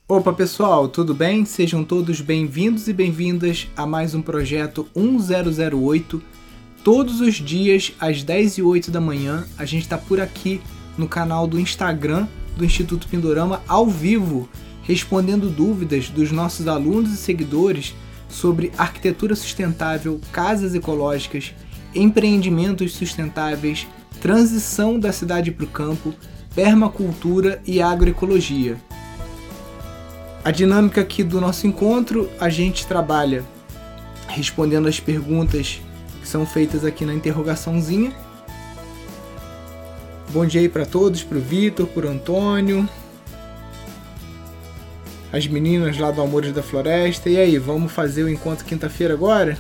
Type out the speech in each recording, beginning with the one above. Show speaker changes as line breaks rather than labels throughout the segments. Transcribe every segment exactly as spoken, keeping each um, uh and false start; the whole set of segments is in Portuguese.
Opa pessoal, tudo bem? Sejam todos bem-vindos e bem-vindas a mais um projeto um zero zero oito. Todos os dias, às dez e oito da manhã, a gente está por aqui no canal do Instagram do Instituto Pindorama, ao vivo, respondendo dúvidas dos nossos alunos e seguidores sobre arquitetura sustentável, casas ecológicas, empreendimentos sustentáveis, transição da cidade para o campo, permacultura e agroecologia. A dinâmica aqui do nosso encontro, a gente trabalha respondendo as perguntas que são feitas aqui na interrogaçãozinha. Bom dia aí para todos, para o Vitor, para o Antônio, as meninas lá do Amores da Floresta. E aí, vamos fazer o encontro quinta-feira agora?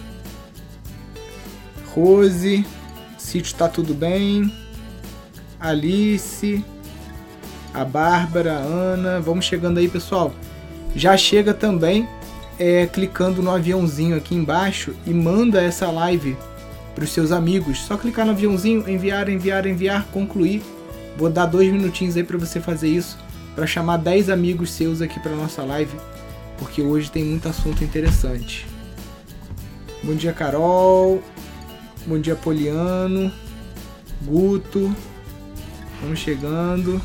Rose, sítio tá tudo bem, Alice, a Bárbara, a Ana, vamos chegando aí pessoal. Já chega também é, clicando no aviãozinho aqui embaixo e manda essa live para os seus amigos. Só clicar no aviãozinho, enviar, enviar, enviar, concluir. Vou dar dois minutinhos aí para você fazer isso, para chamar dez amigos seus aqui para nossa live, porque hoje tem muito assunto interessante. Bom dia Carol, bom dia Poliano, Guto, vamos chegando.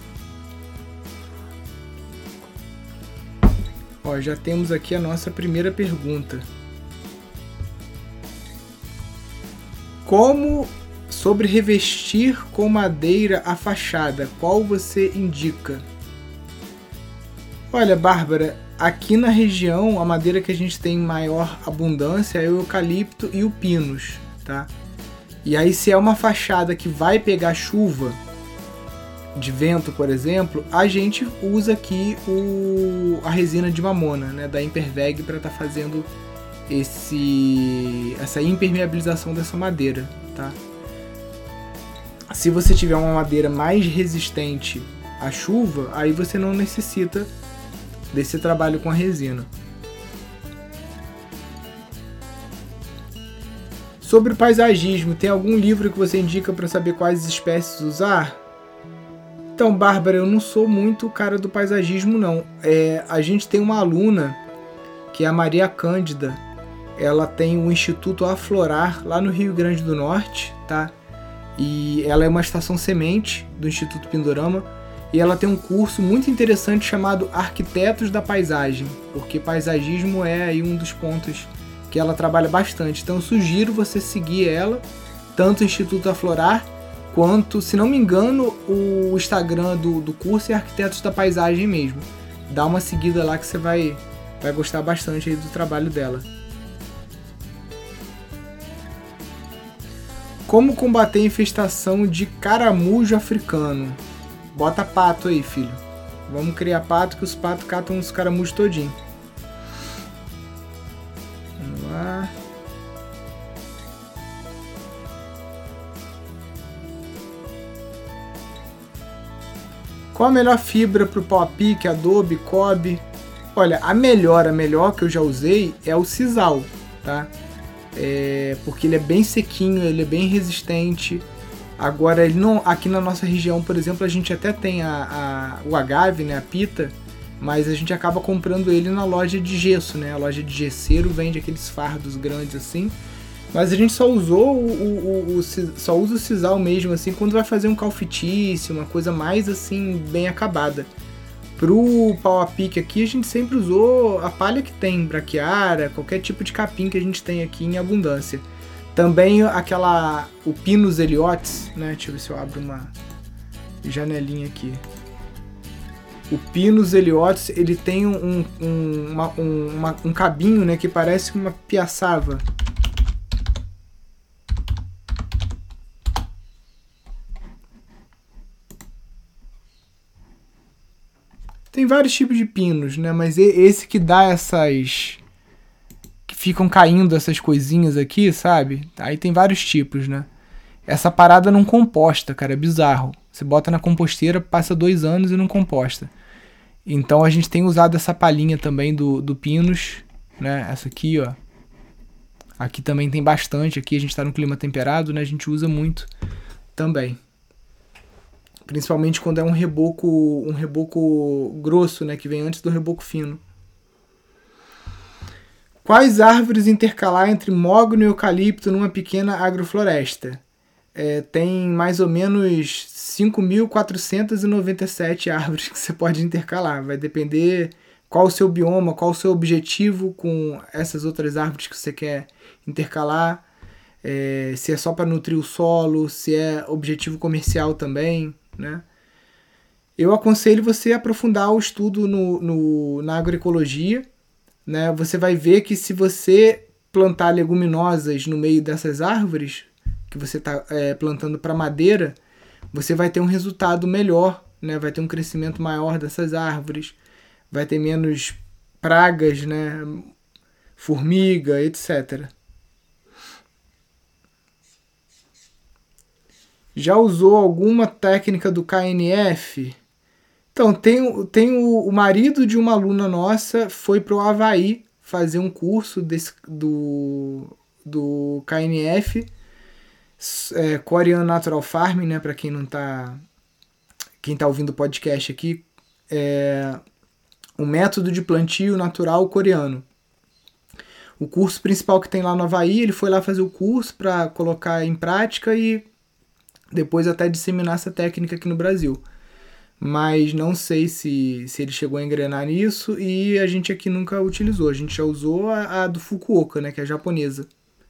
Ó, já temos aqui a nossa primeira pergunta. Como sobre revestir com madeira a fachada, qual você indica? Olha, Bárbara, aqui na região a madeira que a gente tem maior abundância é o eucalipto e o pinus, tá? E aí se é uma fachada que vai pegar chuva de vento, por exemplo, a gente usa aqui o, a resina de mamona, né, da Imperveg, para estar tá fazendo esse, essa impermeabilização dessa madeira, tá? Se você tiver uma madeira mais resistente à chuva, aí você não necessita desse trabalho com a resina. Sobre o paisagismo, tem algum livro que você indica para saber quais espécies usar? Então, Bárbara, eu não sou muito o cara do paisagismo, não. É, a gente tem uma aluna, que é a Maria Cândida. Ela tem o Instituto Aflorar, lá no Rio Grande do Norte, tá? E ela é uma estação semente do Instituto Pindorama. E ela tem um curso muito interessante chamado Arquitetos da Paisagem, porque paisagismo é aí um dos pontos que ela trabalha bastante. Então, eu sugiro você seguir ela, tanto o Instituto Aflorar, quanto, se não me engano, o Instagram do, do curso é Arquitetos da Paisagem mesmo. Dá uma seguida lá que você vai, vai gostar bastante aí do trabalho dela. Como combater a infestação de caramujo africano? Bota pato aí, filho. Vamos criar pato, que os patos catam os caramujos todinho. Vamos lá. Qual a melhor fibra para o pau a pique, adobe, cobre? Olha, a melhor, a melhor que eu já usei é o sisal, tá? É, porque ele é bem sequinho, ele é bem resistente. Agora, ele não, aqui na nossa região, por exemplo, a gente até tem a, a, o agave, né, a pita, mas a gente acaba comprando ele na loja de gesso, né? A loja de gesseiro vende aqueles fardos grandes assim. Mas a gente só usou o, o, o, o só usa o sisal mesmo assim quando vai fazer um calfitice, uma coisa mais assim bem acabada. Pro pau a pique aqui a gente sempre usou a palha que tem, braquiara, qualquer tipo de capim que a gente tem aqui em abundância. Também aquela o Pinus Eliotis, né? Deixa eu ver se eu abro uma janelinha aqui. O Pinus Eliotis, ele tem um um, uma, um, uma, um cabinho, né, que parece uma piaçava. Tem vários tipos de pinos, né? Mas esse que dá essas... que ficam caindo essas coisinhas aqui, sabe? Aí tem vários tipos, né? Essa parada não composta, cara, é bizarro. Você bota na composteira, passa dois anos e não composta. Então a gente tem usado essa palhinha também do, do Pinus, né? Essa aqui, ó. Aqui também tem bastante, aqui a gente tá no clima temperado, né? A gente usa muito também. Principalmente quando é um reboco, um reboco grosso, né, que vem antes do reboco fino. Quais árvores intercalar entre mogno e eucalipto numa pequena agrofloresta? É, tem mais ou menos cinco mil quatrocentas e noventa e sete árvores que você pode intercalar. Vai depender qual o seu bioma, qual o seu objetivo com essas outras árvores que você quer intercalar. É, se é só para nutrir o solo, se é objetivo comercial também, né? Eu aconselho você a aprofundar o estudo no, no, na agroecologia, né? Você vai ver que se você plantar leguminosas no meio dessas árvores que você está é, plantando para madeira, você vai ter um resultado melhor, né? Vai ter um crescimento maior dessas árvores, vai ter menos pragas, né? Formiga, etcétera. Já usou alguma técnica do K N F? Então, tem, tem o, o marido de uma aluna nossa foi para o Havaí fazer um curso desse, do, do K N F, é, Korean Natural Farming, né, para quem não tá, quem tá ouvindo o podcast aqui, é um método de plantio natural coreano. O curso principal que tem lá no Havaí, ele foi lá fazer o curso para colocar em prática e depois até disseminar essa técnica aqui no Brasil. Mas não sei se, se ele chegou a engrenar nisso e a gente aqui nunca utilizou. A gente já usou a, a do Fukuoka, né, que é a japonesa.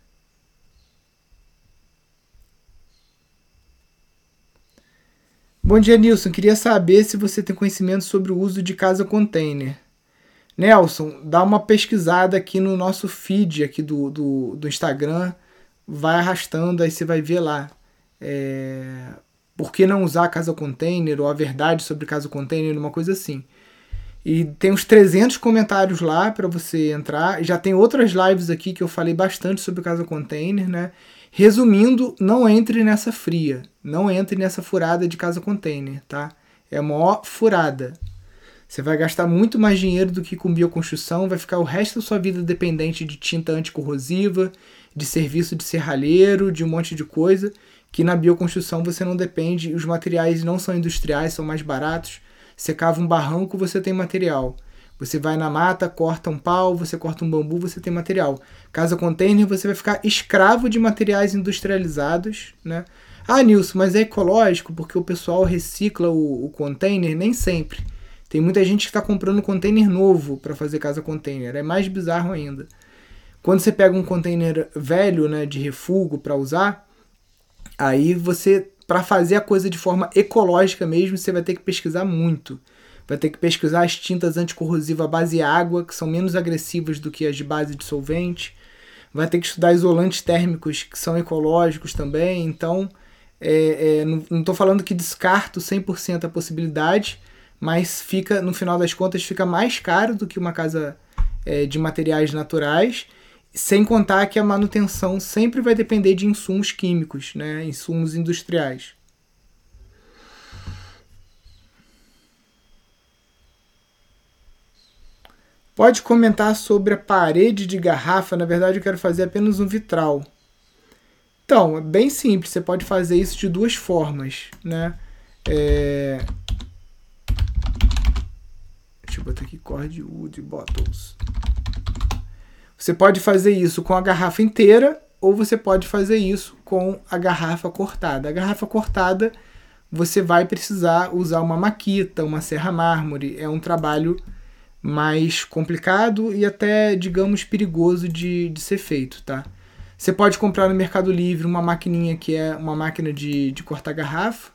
Bom dia, Nilson. Queria saber se você tem conhecimento sobre o uso de casa container. Nelson, dá uma pesquisada aqui no nosso feed aqui do, do, do Instagram. Vai arrastando, aí você vai ver lá. É... Por que não usar casa container, ou a verdade sobre casa container, uma coisa assim. E tem uns trezentos comentários lá para você entrar. Já tem outras lives aqui que eu falei bastante sobre casa container, né? Resumindo, não entre nessa fria. Não entre nessa furada de casa container, tá? É a maior furada. Você vai gastar muito mais dinheiro do que com bioconstrução, vai ficar o resto da sua vida dependente de tinta anticorrosiva, de serviço de serralheiro, de um monte de coisa, que na bioconstrução você não depende, os materiais não são industriais, são mais baratos. Você cava um barranco, você tem material. Você vai na mata, corta um pau, você corta um bambu, você tem material. Casa container, você vai ficar escravo de materiais industrializados, né? Ah, Nilson, mas é ecológico porque o pessoal recicla o, o container? Nem sempre. Tem muita gente que está comprando container novo para fazer casa container. É mais bizarro ainda. Quando você pega um container velho, né, de refúgio para usar, aí você, para fazer a coisa de forma ecológica mesmo, você vai ter que pesquisar muito. Vai ter que pesquisar as tintas anticorrosivas à base de água, que são menos agressivas do que as de base de solvente. Vai ter que estudar isolantes térmicos, que são ecológicos também. Então, é, é, não estou falando que descarto cem por cento a possibilidade, mas fica, no final das contas, fica mais caro do que uma casa é, de materiais naturais, sem contar que a manutenção sempre vai depender de insumos químicos, né? Insumos industriais. Pode comentar sobre a parede de garrafa. Na verdade, eu quero fazer apenas um vitral. Então, é bem simples. Você pode fazer isso de duas formas, né? É... Deixa eu botar aqui Cordwood Bottles. Você pode fazer isso com a garrafa inteira ou você pode fazer isso com a garrafa cortada. A garrafa cortada, você vai precisar usar uma maquita, uma serra mármore. É um trabalho mais complicado e até, digamos, perigoso de, de ser feito, tá? Você pode comprar no Mercado Livre uma maquininha que é uma máquina de, de cortar garrafa.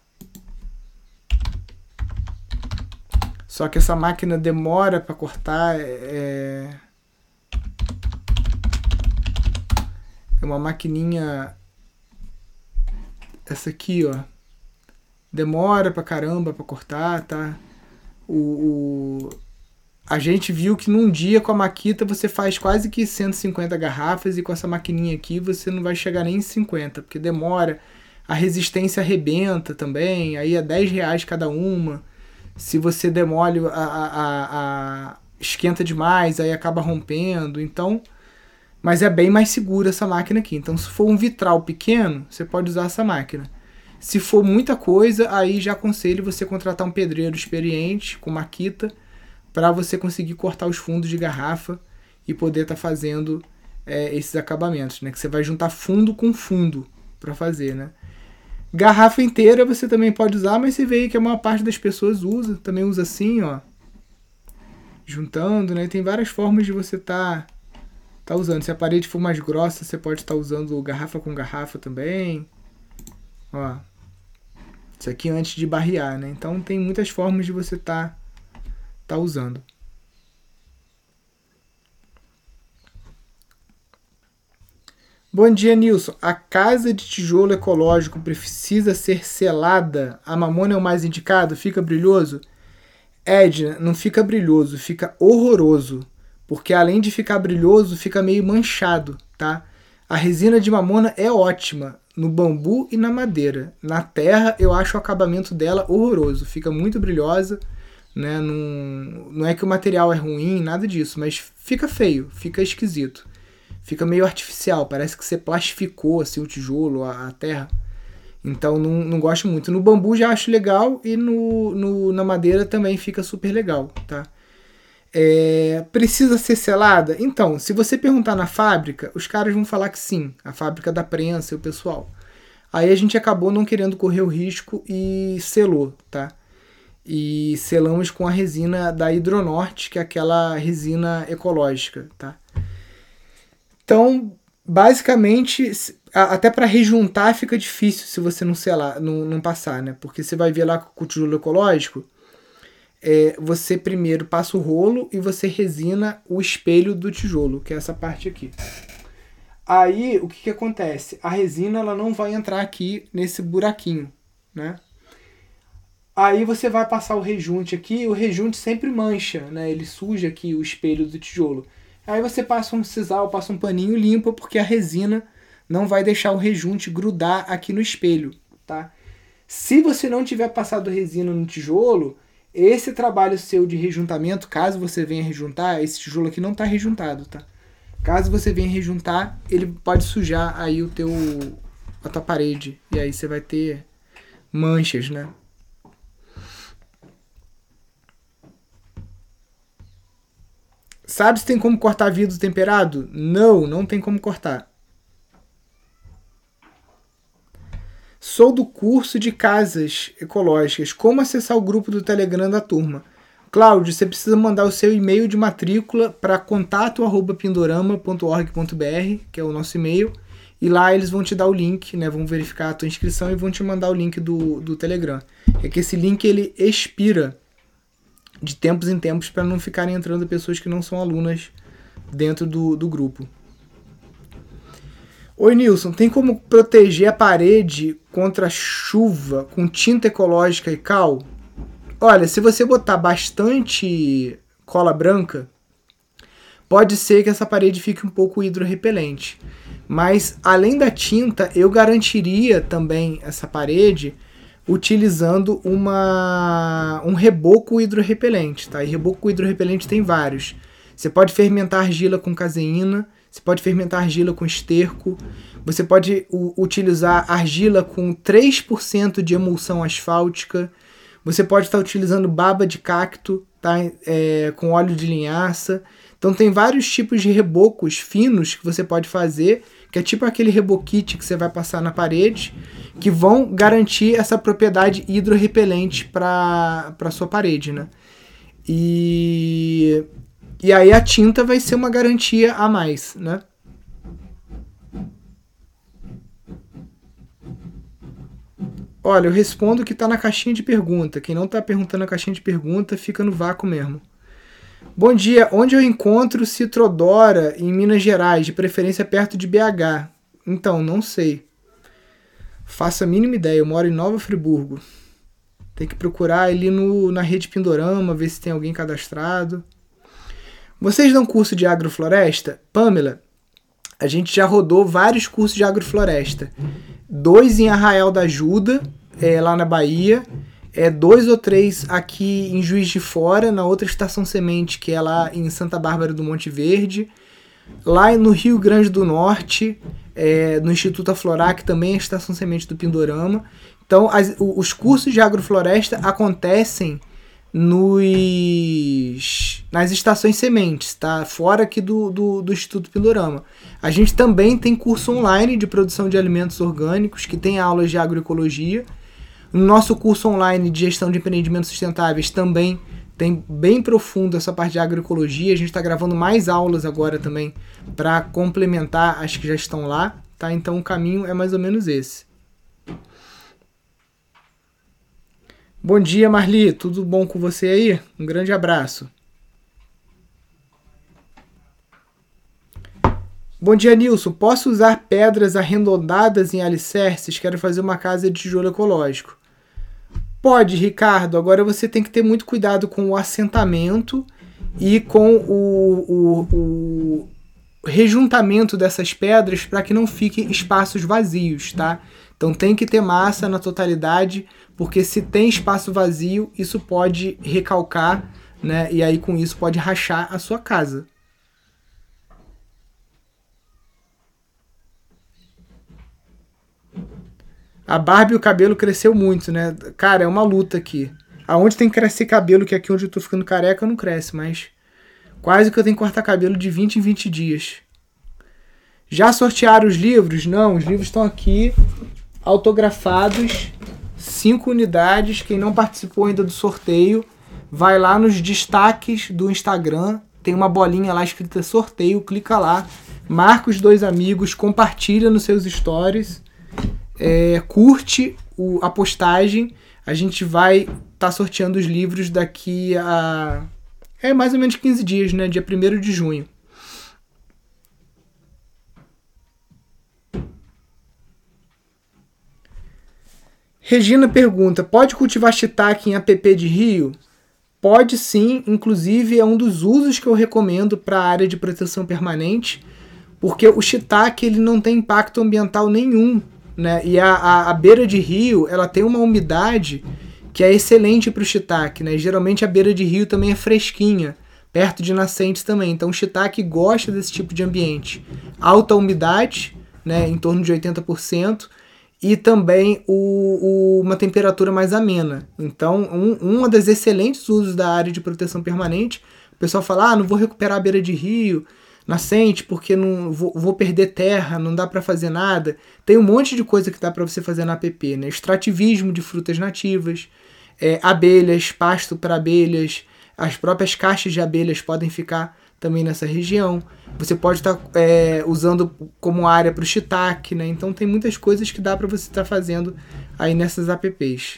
Só que essa máquina demora para cortar. É, é uma maquininha... Essa aqui, ó. Demora pra caramba pra cortar, tá? O... o A gente viu que num dia com a maquita você faz quase que cento e cinquenta garrafas e com essa maquininha aqui você não vai chegar nem em cinquenta, porque demora, a resistência arrebenta também, aí é dez reais cada uma. Se você demole, a, a, a, a esquenta demais, aí acaba rompendo, então... Mas é bem mais segura essa máquina aqui. Então se for um vitral pequeno, você pode usar essa máquina. Se for muita coisa, aí já aconselho você contratar um pedreiro experiente, com maquita, para você conseguir cortar os fundos de garrafa e poder estar tá fazendo é, esses acabamentos, né? Que você vai juntar fundo com fundo para fazer, né? Garrafa inteira você também pode usar, mas você vê que a maior parte das pessoas usa, também usa assim, ó, juntando, né? Tem várias formas de você tá, tá usando. Se a parede for mais grossa, você pode estar tá usando garrafa com garrafa também, ó. Isso aqui antes de barrear, né? Então tem muitas formas de você tá, tá usando. Bom dia, Nilson. A casa de tijolo ecológico precisa ser selada? A mamona é o mais indicado? Fica brilhoso? Edna, não fica brilhoso, fica horroroso. Porque além de ficar brilhoso, fica meio manchado, tá? A resina de mamona é ótima no bambu e na madeira. Na terra, eu acho o acabamento dela horroroso. Fica muito brilhosa, né? Não, não é que o material é ruim, nada disso, mas fica feio, fica esquisito. Fica meio artificial, parece que você plastificou assim, o tijolo, a, a terra. Então não, não gosto muito. No bambu já acho legal e no, no, na madeira também fica super legal, tá? É, precisa ser selada? Então, se você perguntar na fábrica, os caras vão falar que sim, a fábrica da prensa e o pessoal. Aí a gente acabou não querendo correr o risco e selou, tá? E selamos com a resina da Hidronorte, que é aquela resina ecológica, tá? Então, basicamente, até para rejuntar fica difícil se você não selar, não, não passar, né? Porque você vai ver lá com o tijolo ecológico, é, você primeiro passa o rolo e você resina o espelho do tijolo, que é essa parte aqui. Aí, o que, que acontece? A resina ela não vai entrar aqui nesse buraquinho, né? Aí você vai passar o rejunte aqui, o rejunte sempre mancha, né? Ele suja aqui o espelho do tijolo. Aí você passa um sisal, passa um paninho limpo, porque a resina não vai deixar o rejunte grudar aqui no espelho, tá? Se você não tiver passado resina no tijolo, esse trabalho seu de rejuntamento, caso você venha rejuntar, esse tijolo aqui não está rejuntado, tá? Caso você venha rejuntar, ele pode sujar aí o teu, a tua parede, e aí você vai ter manchas, né? Sabe se tem como cortar vidro temperado? Não, não tem como cortar. Sou do curso de casas ecológicas. Como acessar o grupo do Telegram da turma? Cláudio, você precisa mandar o seu e-mail de matrícula para contato arroba pindorama ponto org ponto br, que é o nosso e-mail, e lá eles vão te dar o link, né? Vão verificar a tua inscrição e vão te mandar o link do, do Telegram. É que esse link ele expira de tempos em tempos para não ficarem entrando pessoas que não são alunas dentro do, do grupo. Oi, Nilson, tem como proteger a parede contra chuva com tinta ecológica e cal? Olha, se você botar bastante cola branca, pode ser que essa parede fique um pouco hidrorrepelente. Mas, além da tinta, eu garantiria também essa parede utilizando uma, um reboco hidrorrepelente, tá? E reboco hidrorrepelente tem vários. Você pode fermentar argila com caseína, você pode fermentar argila com esterco, você pode u- utilizar argila com três por cento de emulsão asfáltica, você pode estar utilizando baba de cacto, tá? É, com óleo de linhaça. Então tem vários tipos de rebocos finos que você pode fazer, que é tipo aquele reboquite que você vai passar na parede, que vão garantir essa propriedade hidrorrepelente para a sua parede, né? E, e aí a tinta vai ser uma garantia a mais, né? Olha, eu respondo que está na caixinha de pergunta. Quem não está perguntando na caixinha de pergunta, fica no vácuo mesmo. Bom dia, onde eu encontro Citrodora em Minas Gerais, de preferência perto de B H? Então, não sei. Faço a mínima ideia, eu moro em Nova Friburgo. Tem que procurar ali no, na rede Pindorama, ver se tem alguém cadastrado. Vocês dão curso de agrofloresta? Pamela, a gente já rodou vários cursos de agrofloresta. Dois em Arraial da Ajuda, é, lá na Bahia. É, dois ou três aqui em Juiz de Fora, na outra estação semente, que é lá em Santa Bárbara do Monte Verde. Lá no Rio Grande do Norte, é, no Instituto Aflorar, que também é a estação semente do Pindorama. Então, as, os cursos de agrofloresta acontecem nos, nas estações sementes, tá? Fora aqui do, do, do Instituto Pindorama. A gente também tem curso online de produção de alimentos orgânicos, que tem aulas de agroecologia. No nosso curso online de gestão de empreendimentos sustentáveis também tem bem profundo essa parte de agroecologia. A gente está gravando mais aulas agora também para complementar as que já estão lá, tá? Então o caminho é mais ou menos esse. Bom dia, Marli. Tudo bom com você aí? Um grande abraço. Bom dia, Nilson. Posso usar pedras arredondadas em alicerces? Quero fazer uma casa de tijolo ecológico. Pode, Ricardo. Agora você tem que ter muito cuidado com o assentamento e com o, o, o rejuntamento dessas pedras para que não fiquem espaços vazios, tá? Então tem que ter massa na totalidade, porque se tem espaço vazio, isso pode recalcar, né? E aí com isso pode rachar a sua casa. A barba e o cabelo cresceu muito, né? Cara, é uma luta aqui. Aonde tem que crescer cabelo, que aqui onde eu tô ficando careca não cresce, mas quase que eu tenho que cortar cabelo de vinte em vinte dias. Já sortearam os livros? Não, os livros estão aqui autografados, cinco unidades. Quem não participou ainda do sorteio, vai lá nos destaques do Instagram, tem uma bolinha lá escrita sorteio, clica lá, marca os dois amigos, compartilha nos seus stories, é, curte o, a postagem. A gente vai estar tá sorteando os livros daqui a é, mais ou menos quinze dias, né? Dia primeiro de junho. Regina pergunta, pode cultivar shiitake em app de rio? Pode sim, inclusive é um dos usos que eu recomendo para a área de proteção permanente, porque o shiitake ele não tem impacto ambiental nenhum, né? E a, a, a beira de rio ela tem uma umidade que é excelente para o shiitake, né? Geralmente a beira de rio também é fresquinha, perto de nascentes também, então o shiitake gosta desse tipo de ambiente. Alta umidade, né? Em torno de oitenta por cento, e também o, o, uma temperatura mais amena. Então, um, uma das excelentes usos da área de proteção permanente, o pessoal fala, ah, não vou recuperar a beira de rio, nascente, porque não vou, vou perder terra, não dá para fazer nada. Tem um monte de coisa que dá para você fazer na app, né? Extrativismo de frutas nativas, é, abelhas, pasto para abelhas, as próprias caixas de abelhas podem ficar também nessa região. Você pode estar tá, é, usando como área para o shiitake, né? Então tem muitas coisas que dá para você estar tá fazendo aí nessas apps.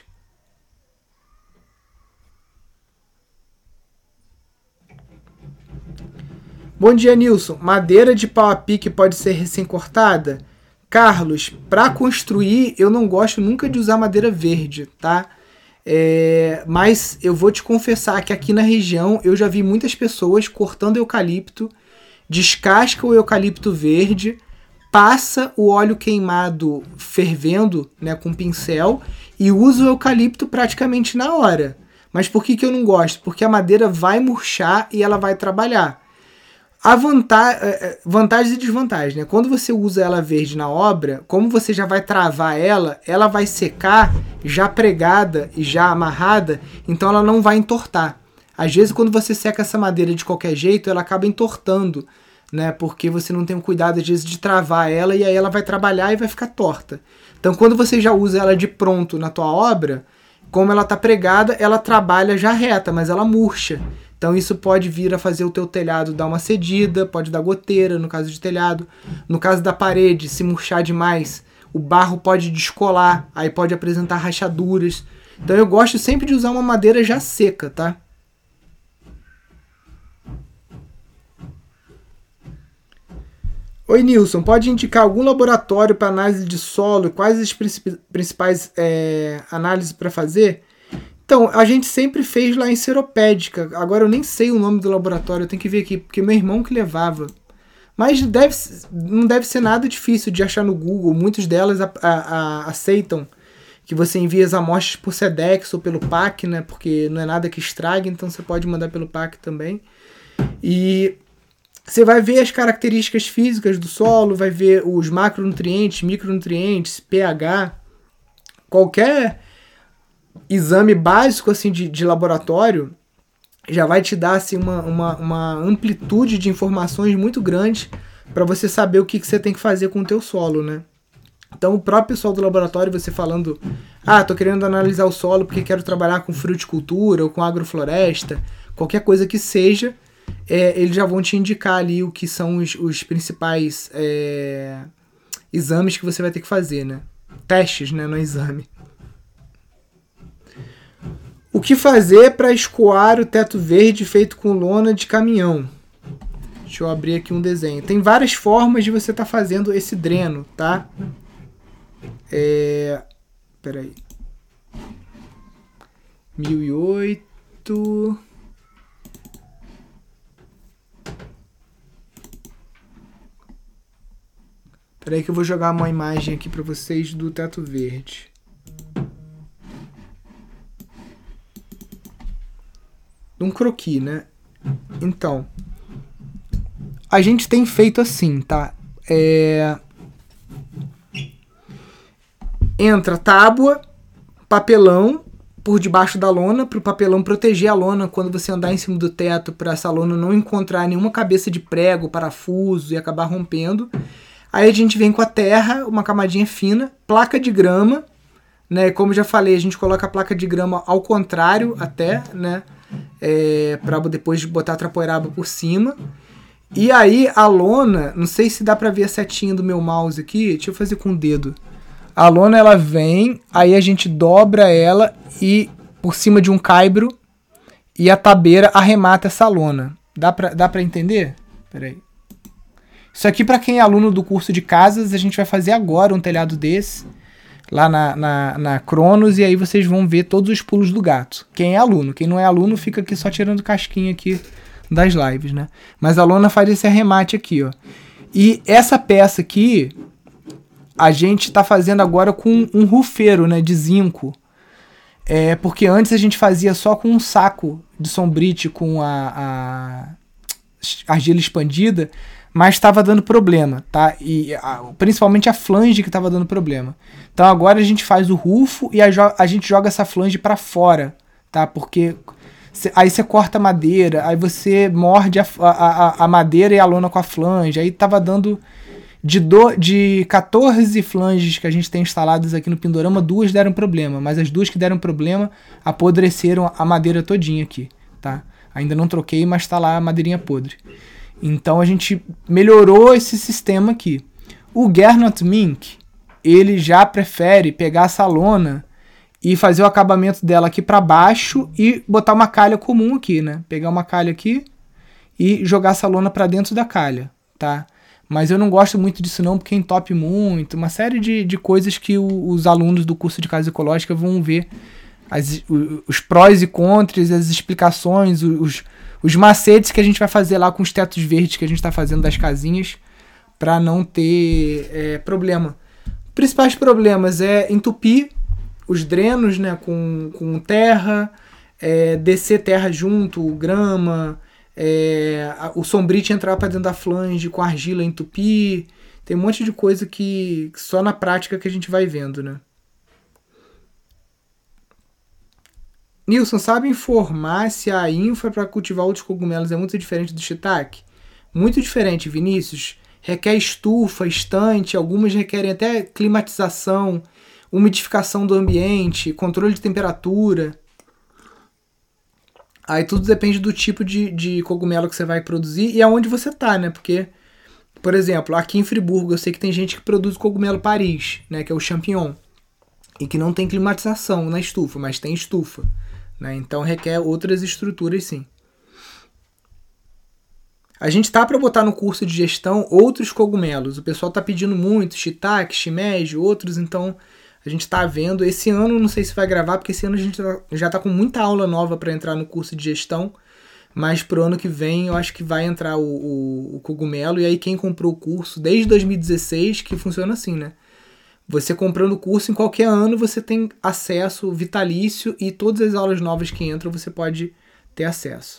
Bom dia, Nilson. Madeira de pau a pique pode ser recém-cortada? Carlos, para construir eu não gosto nunca de usar madeira verde, tá? É, mas eu vou te confessar que aqui na região eu já vi muitas pessoas cortando eucalipto, descasca o eucalipto verde, passa o óleo queimado fervendo, né, com pincel e usa o eucalipto praticamente na hora. Mas por que que eu não gosto? Porque a madeira vai murchar e ela vai trabalhar. A vantagem, vantagens e desvantagens, né? Quando você usa ela verde na obra, como você já vai travar ela, ela vai secar já pregada e já amarrada, então ela não vai entortar. Às vezes, quando você seca essa madeira de qualquer jeito, ela acaba entortando, né? Porque você não tem o cuidado, às vezes, de travar ela e aí ela vai trabalhar e vai ficar torta. Então, quando você já usa ela de pronto na tua obra, como ela está pregada, ela trabalha já reta, mas ela murcha. Então isso pode vir a fazer o teu telhado dar uma cedida, pode dar goteira no caso de telhado. No caso da parede, se murchar demais, o barro pode descolar, aí pode apresentar rachaduras. Então eu gosto sempre de usar uma madeira já seca, tá? Oi, Nilson, pode indicar algum laboratório para análise de solo e quais as principais é, análises para fazer? Então, a gente sempre fez lá em Seropédica. Agora eu nem sei o nome do laboratório, eu tenho que ver aqui, porque meu irmão que levava. Mas deve, não deve ser nada difícil de achar no Google. Muitas delas a, a, a, aceitam que você envie as amostras por Sedex ou pelo P A C, né? Porque não é nada que estrague, então você pode mandar pelo P A C também. E você vai ver as características físicas do solo, vai ver os macronutrientes, micronutrientes, pH, qualquer exame básico assim de, de laboratório já vai te dar assim, uma, uma, uma amplitude de informações muito grande para você saber o que, que você tem que fazer com o teu solo, né? Então o próprio pessoal do laboratório, você falando, ah, tô querendo analisar o solo porque quero trabalhar com fruticultura ou com agrofloresta, qualquer coisa que seja, é, eles já vão te indicar ali o que são os, os principais é, exames que você vai ter que fazer, né? Testes, né? No exame. O que fazer para escoar o teto verde feito com lona de caminhão? Deixa eu abrir aqui um desenho. Tem várias formas de você estar tá fazendo esse dreno, tá? É... Peraí. mil e oito... Peraí que eu vou jogar uma imagem aqui para vocês do teto verde. Um croquis, né? Então, a gente tem feito assim, tá? É... Entra tábua, papelão por debaixo da lona, para o papelão proteger a lona quando você andar em cima do teto, para essa lona não encontrar nenhuma cabeça de prego, parafuso e acabar rompendo. Aí a gente vem com a terra, uma camadinha fina, placa de grama, né? Como já falei, a gente coloca a placa de grama ao contrário até, né? É, para depois botar a trapoeraba por cima. E aí a lona, não sei se dá para ver a setinha do meu mouse aqui, deixa eu fazer com o dedo. A lona ela vem, aí a gente dobra ela e por cima de um caibro e a tabeira arremata essa lona. Dá pra, dá pra entender? Peraí. Isso aqui para quem é aluno do curso de casas, a gente vai fazer agora um telhado desse lá na, na, na Cronos, e aí vocês vão ver todos os pulos do gato. Quem é aluno, quem não é aluno fica aqui só tirando casquinha aqui das lives, né? Mas a lona faz esse arremate aqui, ó. E essa peça aqui, a gente tá fazendo agora com um rufeiro, né, de zinco. É, porque antes a gente fazia só com um saco de sombrite com a, a argila expandida, mas estava dando problema, tá? E a, principalmente a flange que estava dando problema. Então agora a gente faz o rufo e a, a gente joga essa flange para fora, tá? Porque cê, aí você corta a madeira, aí você morde a, a, a madeira e a lona com a flange, aí tava dando de, do, de quatorze flanges que a gente tem instaladas aqui no Pindorama, duas deram problema, mas as duas que deram problema apodreceram a madeira todinha aqui, tá? Ainda não troquei, mas tá lá a madeirinha podre. Então a gente melhorou esse sistema aqui. O Gernot Mink, ele já prefere pegar essa lona e fazer o acabamento dela aqui para baixo e botar uma calha comum aqui, né? Pegar uma calha aqui e jogar essa lona para dentro da calha, tá? Mas eu não gosto muito disso não, porque entope muito, uma série de, de coisas que o, os alunos do curso de casa ecológica vão ver, as, os, os prós e contras, as explicações, os os macetes que a gente vai fazer lá com os tetos verdes que a gente está fazendo das casinhas para não ter é, problema. Principais problemas é entupir os drenos, né, com, com terra, é, descer terra junto, grama, é, o sombrite entrar para dentro da flange com argila entupir. Tem um monte de coisa que só na prática que a gente vai vendo, né? Nilson, sabe informar se a infra para cultivar outros cogumelos é muito diferente do shiitake? Muito diferente, Vinícius. Requer estufa, estante, algumas requerem até climatização, umidificação do ambiente, controle de temperatura. Aí tudo depende do tipo de, de cogumelo que você vai produzir e aonde você tá, né? Porque, por exemplo, aqui em Friburgo eu sei que tem gente que produz cogumelo Paris, né? Que é o champignon. E que não tem climatização na estufa, mas tem estufa. Né? Então requer outras estruturas, sim. A gente tá para botar no curso de gestão outros cogumelos. O pessoal tá pedindo muito, shiitake, shimeji, outros, então a gente tá vendo. Esse ano não sei se vai gravar, porque esse ano a gente já tá com muita aula nova para entrar no curso de gestão, mas pro ano que vem eu acho que vai entrar o, o, o cogumelo, e aí quem comprou o curso desde dois mil e dezesseis, que funciona assim, né? Você comprando o curso, em qualquer ano você tem acesso vitalício e todas as aulas novas que entram você pode ter acesso.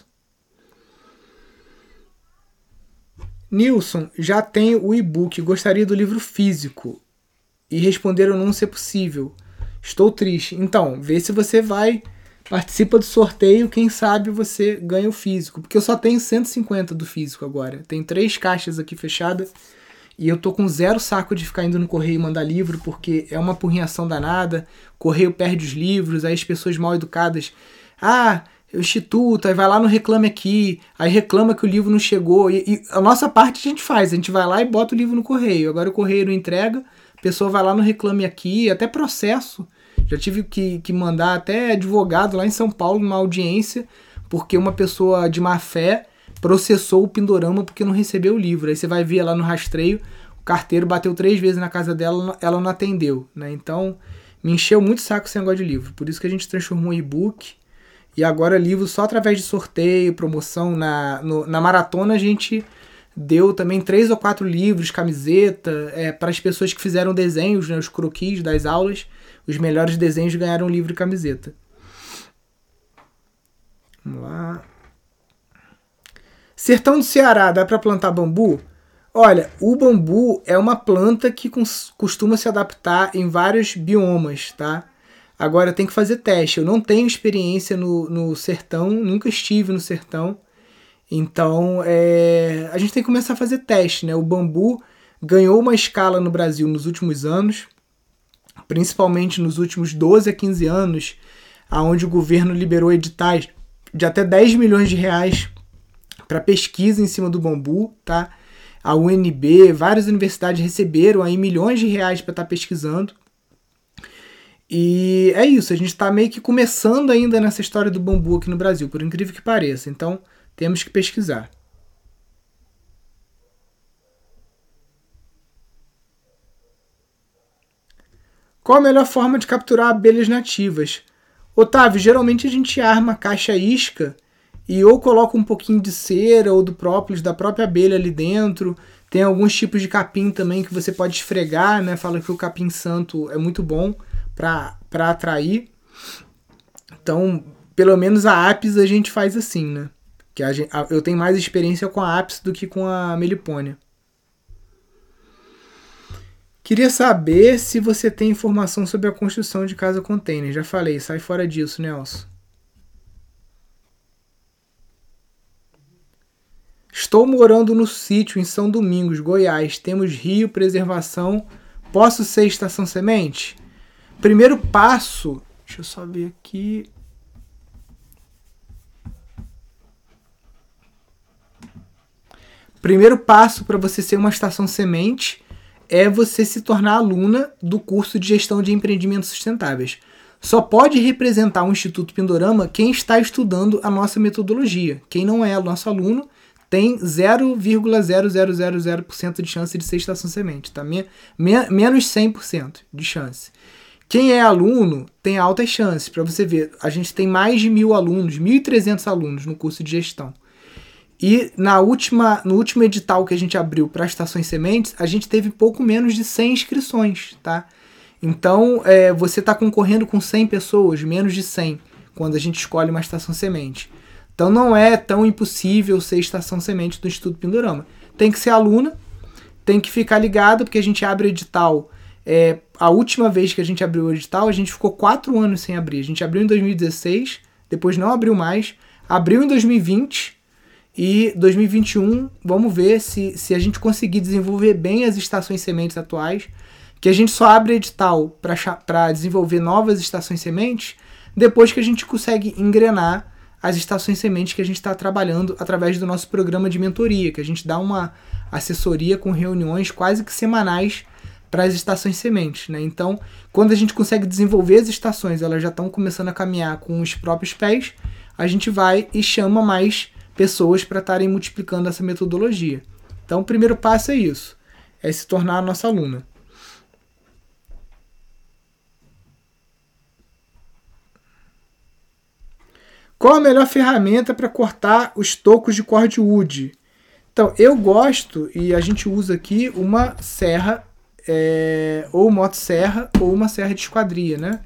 Nilson, já tenho o e-book, gostaria do livro físico. E responderam não ser possível. Estou triste. Então, vê se você vai, participa do sorteio, quem sabe você ganha o físico. Porque eu só tenho cento e cinquenta do físico agora. Tem três caixas aqui fechadas e eu tô com zero saco de ficar indo no correio e mandar livro, porque é uma porrinhação danada. Correio perde os livros, aí as pessoas mal educadas... Ah, o instituto, aí vai lá no Reclame Aqui, aí reclama que o livro não chegou. E, e a nossa parte a gente faz, a gente vai lá e bota o livro no correio. Agora o correio não entrega, a pessoa vai lá no Reclame Aqui, até processo. Já tive que, que mandar até advogado lá em São Paulo, numa audiência, porque uma pessoa de má fé processou o Pindorama porque não recebeu o livro. Aí você vai ver lá no rastreio, o carteiro bateu três vezes na casa dela, ela não atendeu, né? Então, me encheu muito saco esse negócio de livro. Por isso que a gente transformou em e-book. E agora livro só através de sorteio, promoção. Na, no, na maratona a gente deu também três ou quatro livros, camiseta, é, para as pessoas que fizeram desenhos, né, os croquis das aulas. Os melhores desenhos ganharam livro e camiseta. Vamos lá. Sertão do Ceará, dá para plantar bambu? Olha, o bambu é uma planta que costuma se adaptar em vários biomas, tá? Agora tem que fazer teste. Eu não tenho experiência no, no sertão, nunca estive no sertão. Então é, a gente tem que começar a fazer teste, né? O bambu ganhou uma escala no Brasil nos últimos anos, principalmente nos últimos doze a quinze anos, onde o governo liberou editais de até dez milhões de reais para pesquisa em cima do bambu, tá? A U N B, várias universidades receberam aí milhões de reais para estar pesquisando. E é isso, a gente está meio que começando ainda nessa história do bambu aqui no Brasil, por incrível que pareça. Então, temos que pesquisar. Qual a melhor forma de capturar abelhas nativas? Otávio, geralmente a gente arma a caixa isca e ou coloca um pouquinho de cera ou do própolis da própria abelha ali dentro. Tem alguns tipos de capim também que você pode esfregar, né? Fala que o capim santo é muito bom para atrair. Então, pelo menos a Apis a gente faz assim, né? Que a gente, eu tenho mais experiência com a Apis do que com a melipônia. Queria saber se você tem informação sobre a construção de casa container. Já falei, sai fora disso, Nelson. Estou morando no sítio em São Domingos, Goiás. Temos rio, preservação. Posso ser estação semente? Primeiro passo... Deixa eu só ver aqui... Primeiro passo para você ser uma estação semente é você se tornar aluna do curso de Gestão de Empreendimentos Sustentáveis. Só pode representar o Instituto Pindorama quem está estudando a nossa metodologia. Quem não é nosso aluno tem zero vírgula zero zero zero zero por cento de chance de ser estação semente. Tá? Men- men- menos cem por cento de chance. Quem é aluno tem altas chances. Para você ver, a gente tem mais de mil alunos, mil e trezentos alunos no curso de gestão. E na última, no último edital que a gente abriu para estações sementes, a gente teve pouco menos de cem inscrições, tá? Então, é, você está concorrendo com cem pessoas, menos de cem, quando a gente escolhe uma estação semente. Então, não é tão impossível ser estação semente do Instituto Pindorama. Tem que ser aluna, tem que ficar ligado, porque a gente abre edital. É, a última vez que a gente abriu o edital, a gente ficou quatro anos sem abrir. A gente abriu em dois mil e dezesseis, depois não abriu mais, abriu em dois mil e vinte... E dois mil e vinte e um, vamos ver se, se a gente conseguir desenvolver bem as estações sementes atuais, que a gente só abre edital para desenvolver novas estações sementes, depois que a gente consegue engrenar as estações sementes que a gente está trabalhando através do nosso programa de mentoria, que a gente dá uma assessoria com reuniões quase que semanais para as estações sementes, né? Então, quando a gente consegue desenvolver as estações, elas já estão começando a caminhar com os próprios pés, a gente vai e chama mais pessoas para estarem multiplicando essa metodologia. Então, o primeiro passo é isso, é se tornar a nossa aluna. Qual a melhor ferramenta para cortar os tocos de cordwood? Então, eu gosto, e a gente usa aqui uma serra, é, ou motosserra, ou uma serra de esquadria, né?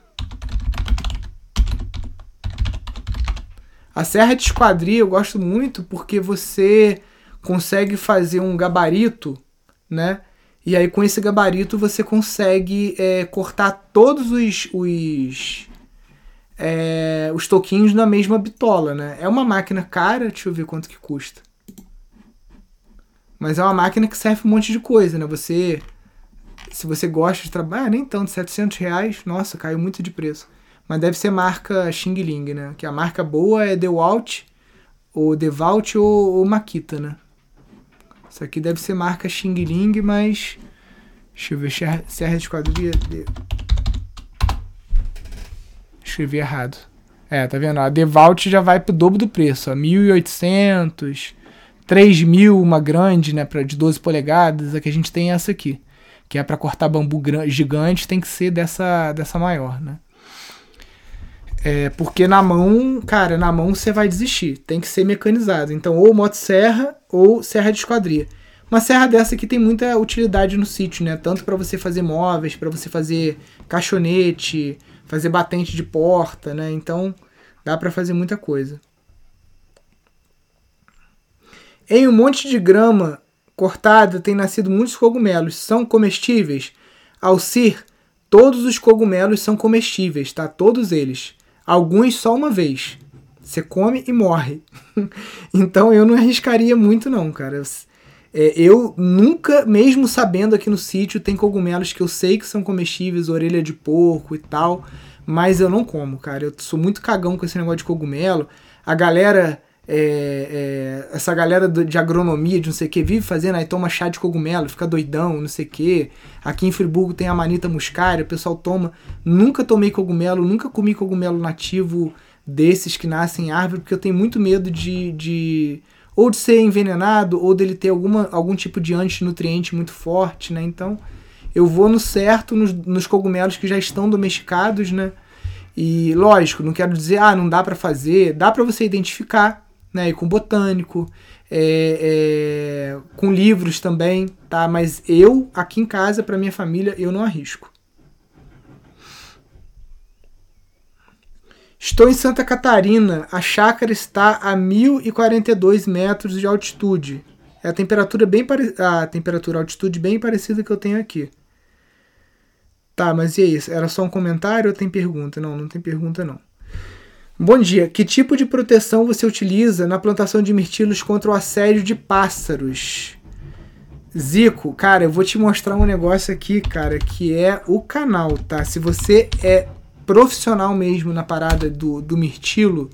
A serra de esquadria eu gosto muito porque você consegue fazer um gabarito, né? E aí com esse gabarito você consegue é, cortar todos os, os, é, os toquinhos na mesma bitola, né? É uma máquina cara, deixa eu ver quanto que custa. Mas é uma máquina que serve um monte de coisa, né? Você, se você gosta de trabalhar, ah, nem tanto, setecentos reais, nossa, caiu muito de preço. Mas deve ser marca Xing Ling, né? Que a marca boa é DeWalt, ou DeWalt ou, ou Makita, né? Isso aqui deve ser marca Xing Ling, mas... Deixa eu ver, Serra de Esquadria... De... Escrevi errado. É, tá vendo? A DeWalt já vai pro dobro do preço, ó. mil e oitocentos, três mil uma grande, né? Pra, de doze polegadas. Aqui a gente tem essa aqui. Que é pra cortar bambu gigante, tem que ser dessa, dessa maior, né? É, porque na mão, cara, na mão você vai desistir. Tem que ser mecanizado. Então, ou motosserra ou serra de esquadria. Uma serra dessa aqui tem muita utilidade no sítio, né? Tanto para você fazer móveis, para você fazer caixonete, fazer batente de porta, né? Então, dá para fazer muita coisa. Em um monte de grama cortada tem nascido muitos cogumelos. São comestíveis? Alcir, todos os cogumelos são comestíveis, tá? Todos eles. Alguns só uma vez. Você come e morre. Então eu não arriscaria muito não, cara. É, eu nunca, mesmo sabendo aqui no sítio, tem cogumelos que eu sei que são comestíveis, orelha de porco e tal, mas eu não como, cara. Eu sou muito cagão com esse negócio de cogumelo. A galera, é, é, essa galera de agronomia, de não sei o que, vive fazendo, aí toma chá de cogumelo, fica doidão, não sei o que. Aqui em Friburgo tem a manita muscaria, o pessoal toma. Nunca tomei cogumelo, nunca comi cogumelo nativo desses que nascem em árvore, porque eu tenho muito medo de... de ou de ser envenenado, ou dele ter alguma, algum tipo de antinutriente muito forte, né? Então, eu vou no certo nos, nos cogumelos que já estão domesticados, né? E, lógico, não quero dizer, ah, não dá para fazer. Dá para você identificar, né? E com botânico, é, é, com livros também, tá? Mas eu, aqui em casa, para minha família, eu não arrisco. Estou em Santa Catarina, a chácara está a mil e quarenta e dois metros de altitude. É a temperatura bem pare... a temperatura, a altitude bem parecida que eu tenho aqui. Tá, mas e aí? Era só um comentário ou tem pergunta? Não, não tem pergunta não. Bom dia, que tipo de proteção você utiliza na plantação de mirtilos contra o assédio de pássaros? Zico, cara, eu vou te mostrar um negócio aqui, cara, que é o canal, tá? Se você é profissional mesmo na parada do, do mirtilo,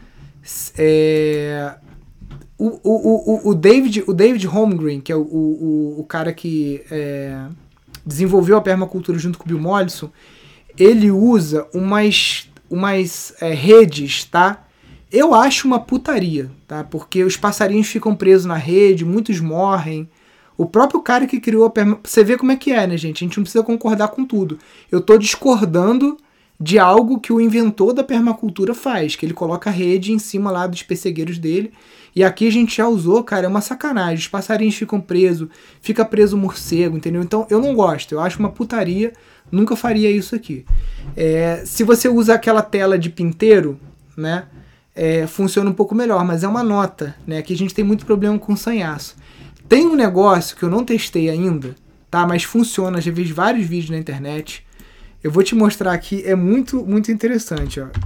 é, o, o, o, o, David, o David Holmgren, que é o, o, o cara que é, desenvolveu a permacultura junto com o Bill Mollison, ele usa umas, umas é, redes, tá? Eu acho uma putaria, tá? Porque os passarinhos ficam presos na rede, muitos morrem. O próprio cara que criou a permacultura... Você vê como é que é, né, gente? A gente não precisa concordar com tudo. Eu tô discordando de algo que o inventor da permacultura faz, que ele coloca a rede em cima lá dos pessegueiros dele, e aqui a gente já usou, cara, é uma sacanagem, os passarinhos ficam presos, fica preso o morcego, entendeu? Então eu não gosto, eu acho uma putaria, nunca faria isso aqui. É, se você usa aquela tela de pinteiro, né, é, funciona um pouco melhor, mas é uma nota, né, aqui a gente tem muito problema com sanhaço. Tem um negócio que eu não testei ainda, tá, mas funciona, já vi vários vídeos na internet. Eu vou te mostrar aqui, é muito, muito interessante, ó.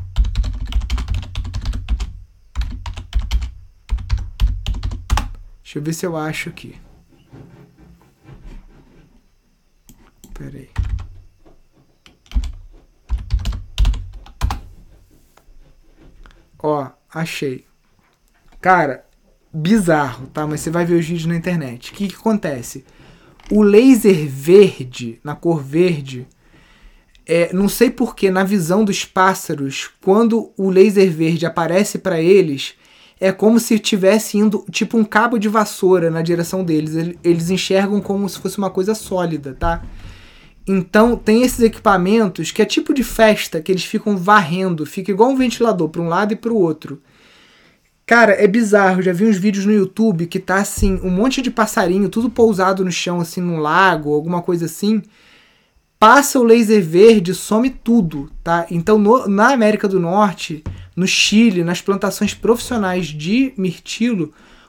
Deixa eu ver se eu acho aqui. Pera aí. Ó, achei. Cara, bizarro, tá? Mas você vai ver os vídeos na internet. O que que acontece? O laser verde, na cor verde... É, não sei porque na visão dos pássaros, quando o laser verde aparece para eles, é como se estivesse indo tipo um cabo de vassoura na direção deles. Eles enxergam como se fosse uma coisa sólida, tá? Então tem esses equipamentos que é tipo de festa, que eles ficam varrendo, fica igual um ventilador para um lado e para o outro. Cara, é bizarro, já vi uns vídeos no YouTube que tá assim, um monte de passarinho, tudo pousado no chão, assim, num lago, alguma coisa assim. Passa o laser verde, some tudo, tá? Então, no, na América do Norte, no Chile, nas plantações profissionais de mirtilo,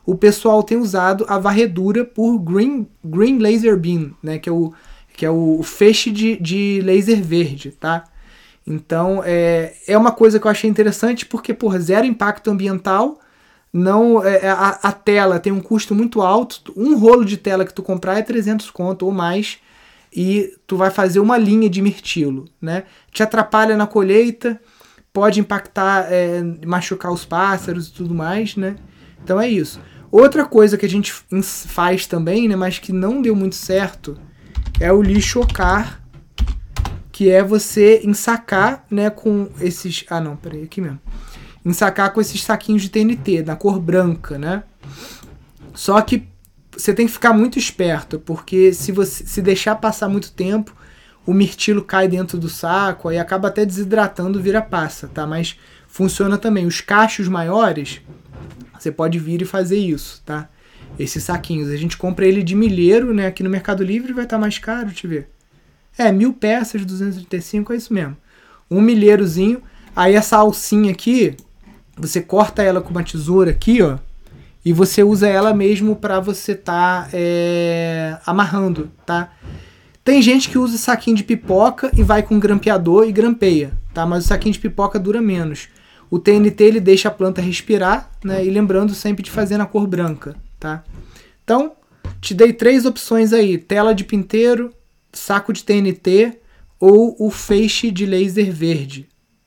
o pessoal tem usado a varredura por Green, green Laser Beam, né? Que é o, que é o feixe de, de laser verde, tá? Então, é, é uma coisa que eu achei interessante porque, por zero impacto ambiental, não é, a, a tela tem um custo muito alto, um rolo de tela que tu comprar é trezentos conto ou mais, e tu vai fazer uma linha de mirtilo, né? Te atrapalha na colheita, pode impactar, é, machucar os pássaros e tudo mais, né? Então é isso. Outra coisa que a gente faz também, né, mas que não deu muito certo, é o lixocar, que é você ensacar, né, com esses... Ah, não, peraí, aqui mesmo. Ensacar com esses saquinhos de T N T, na cor branca, né? Só que você tem que ficar muito esperto, porque se você se deixar passar muito tempo, o mirtilo cai dentro do saco, aí acaba até desidratando, vira passa, tá? Mas funciona também. Os cachos maiores, você pode vir e fazer isso, tá? Esses saquinhos. A gente compra ele de milheiro, né? Aqui no Mercado Livre vai estar mais caro, deixa eu ver. É, mil peças, duzentos e trinta e cinco, é isso mesmo. Um milheirozinho. Aí essa alcinha aqui, você corta ela com uma tesoura aqui, ó. E você usa ela mesmo para você tá é, amarrando, tá? Tem gente que usa saquinho de pipoca e vai com grampeador e grampeia, tá? Mas o saquinho de pipoca dura menos. O T N T ele deixa a planta respirar, né? E lembrando sempre de fazer na cor branca, tá? Então, te dei três opções aí: tela de pinteiro, saco de T N T ou o feixe de laser verde.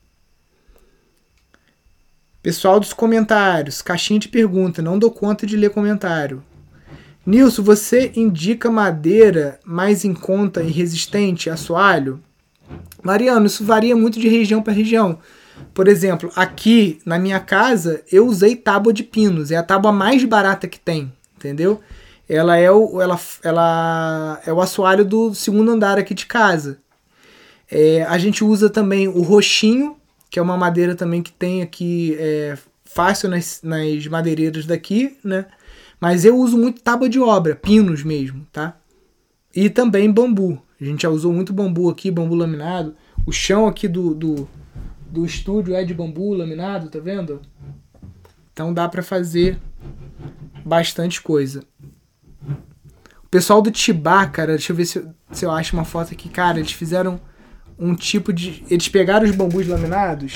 Pessoal dos comentários, caixinha de pergunta, não dou conta de ler comentário. Nilson, você indica madeira mais em conta e resistente a assoalho? Mariano, isso varia muito de região para região. Por exemplo, aqui na minha casa eu usei tábua de pinos, é a tábua mais barata que tem, entendeu? Ela é o, ela, ela é o assoalho do segundo andar aqui de casa. É, a gente usa também o roxinho, que é uma madeira também que tem aqui é, fácil nas, nas madeireiras daqui, né? Mas eu uso muito tábua de obra, pinos mesmo, tá? E também bambu. A gente já usou muito bambu aqui, bambu laminado. O chão aqui do, do, do estúdio é de bambu laminado, tá vendo? Então dá pra fazer bastante coisa. O pessoal do Tibá, cara, deixa eu ver se eu, se eu acho uma foto aqui. Cara, eles fizeram um tipo de... Eles pegaram os bambus laminados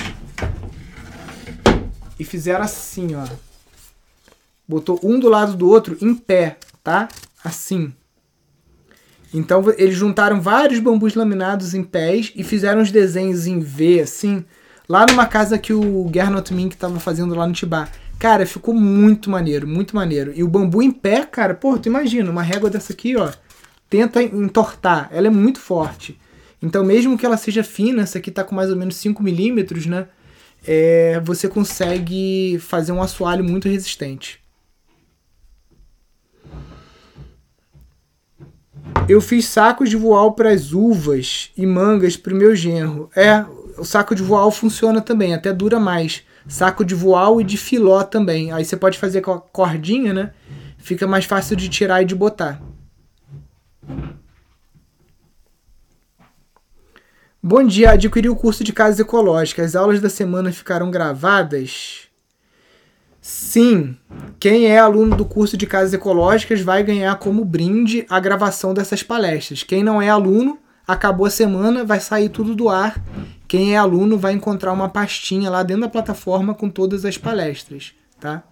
e fizeram assim, ó. Botou um do lado do outro em pé, tá? Assim. Então eles juntaram vários bambus laminados em pés e fizeram os desenhos em V, assim, lá numa casa que o Gernot Mink tava fazendo lá no Tibá. Cara, ficou muito maneiro, muito maneiro. E o bambu em pé, cara, pô, tu imagina, uma régua dessa aqui, ó, tenta entortar, ela é muito forte. Então mesmo que ela seja fina, essa aqui tá com mais ou menos cinco milímetros, né, é, você consegue fazer um assoalho muito resistente. Eu fiz sacos de voal para as uvas e mangas para o meu genro. É, o saco de voal funciona também, até dura mais. Saco de voal e de filó também. Aí você pode fazer com a cordinha, né? Fica mais fácil de tirar e de botar. Bom dia, adquiri o curso de casas ecológicas. As aulas da semana ficaram gravadas? Sim, quem é aluno do curso de casas ecológicas vai ganhar como brinde a gravação dessas palestras. Quem não é aluno, acabou a semana, vai sair tudo do ar. Quem é aluno vai encontrar uma pastinha lá dentro da plataforma com todas as palestras, tá?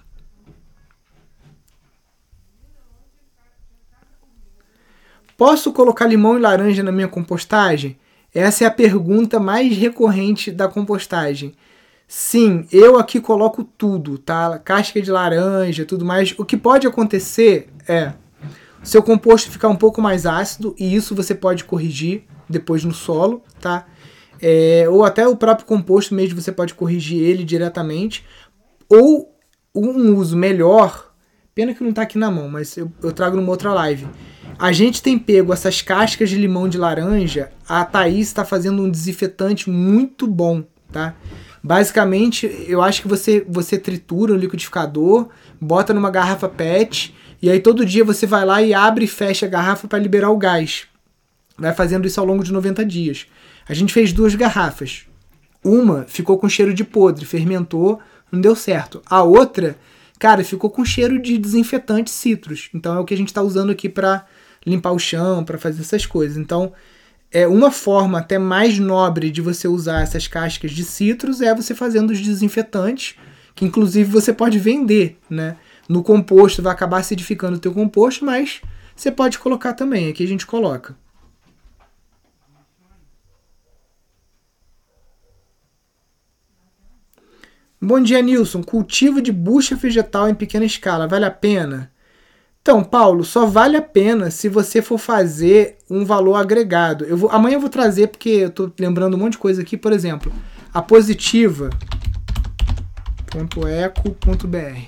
Posso colocar limão e laranja na minha compostagem? Essa é a pergunta mais recorrente da compostagem. Sim, eu aqui coloco tudo, tá? Casca de laranja, tudo mais. O que pode acontecer é o seu composto ficar um pouco mais ácido, e isso você pode corrigir depois no solo, tá? É, ou até o próprio composto mesmo você pode corrigir ele diretamente. Ou um uso melhor, pena que não tá aqui na mão, mas eu, eu trago numa outra live. A gente tem pego essas cascas de limão de laranja, a Thaís está fazendo um desinfetante muito bom, tá? Basicamente, eu acho que você, você tritura o liquidificador, bota numa garrafa pet, e aí todo dia você vai lá e abre e fecha a garrafa para liberar o gás. Vai fazendo isso ao longo de noventa dias. A gente fez duas garrafas. Uma ficou com cheiro de podre, fermentou, não deu certo. A outra, cara, ficou com cheiro de desinfetante citros. Então é o que a gente está usando aqui para limpar o chão, para fazer essas coisas. Então, é uma forma até mais nobre de você usar essas cascas de citros é você fazendo os desinfetantes, que inclusive você pode vender, né? No composto vai acabar acidificando o teu composto, mas você pode colocar também. Aqui a gente coloca. Bom dia, Nilson. Cultivo de bucha vegetal em pequena escala, vale a pena? Então, Paulo, só vale a pena se você for fazer um valor agregado. Eu vou, amanhã eu vou trazer, porque eu estou lembrando um monte de coisa aqui. Por exemplo, a positiva ponto eco ponto br.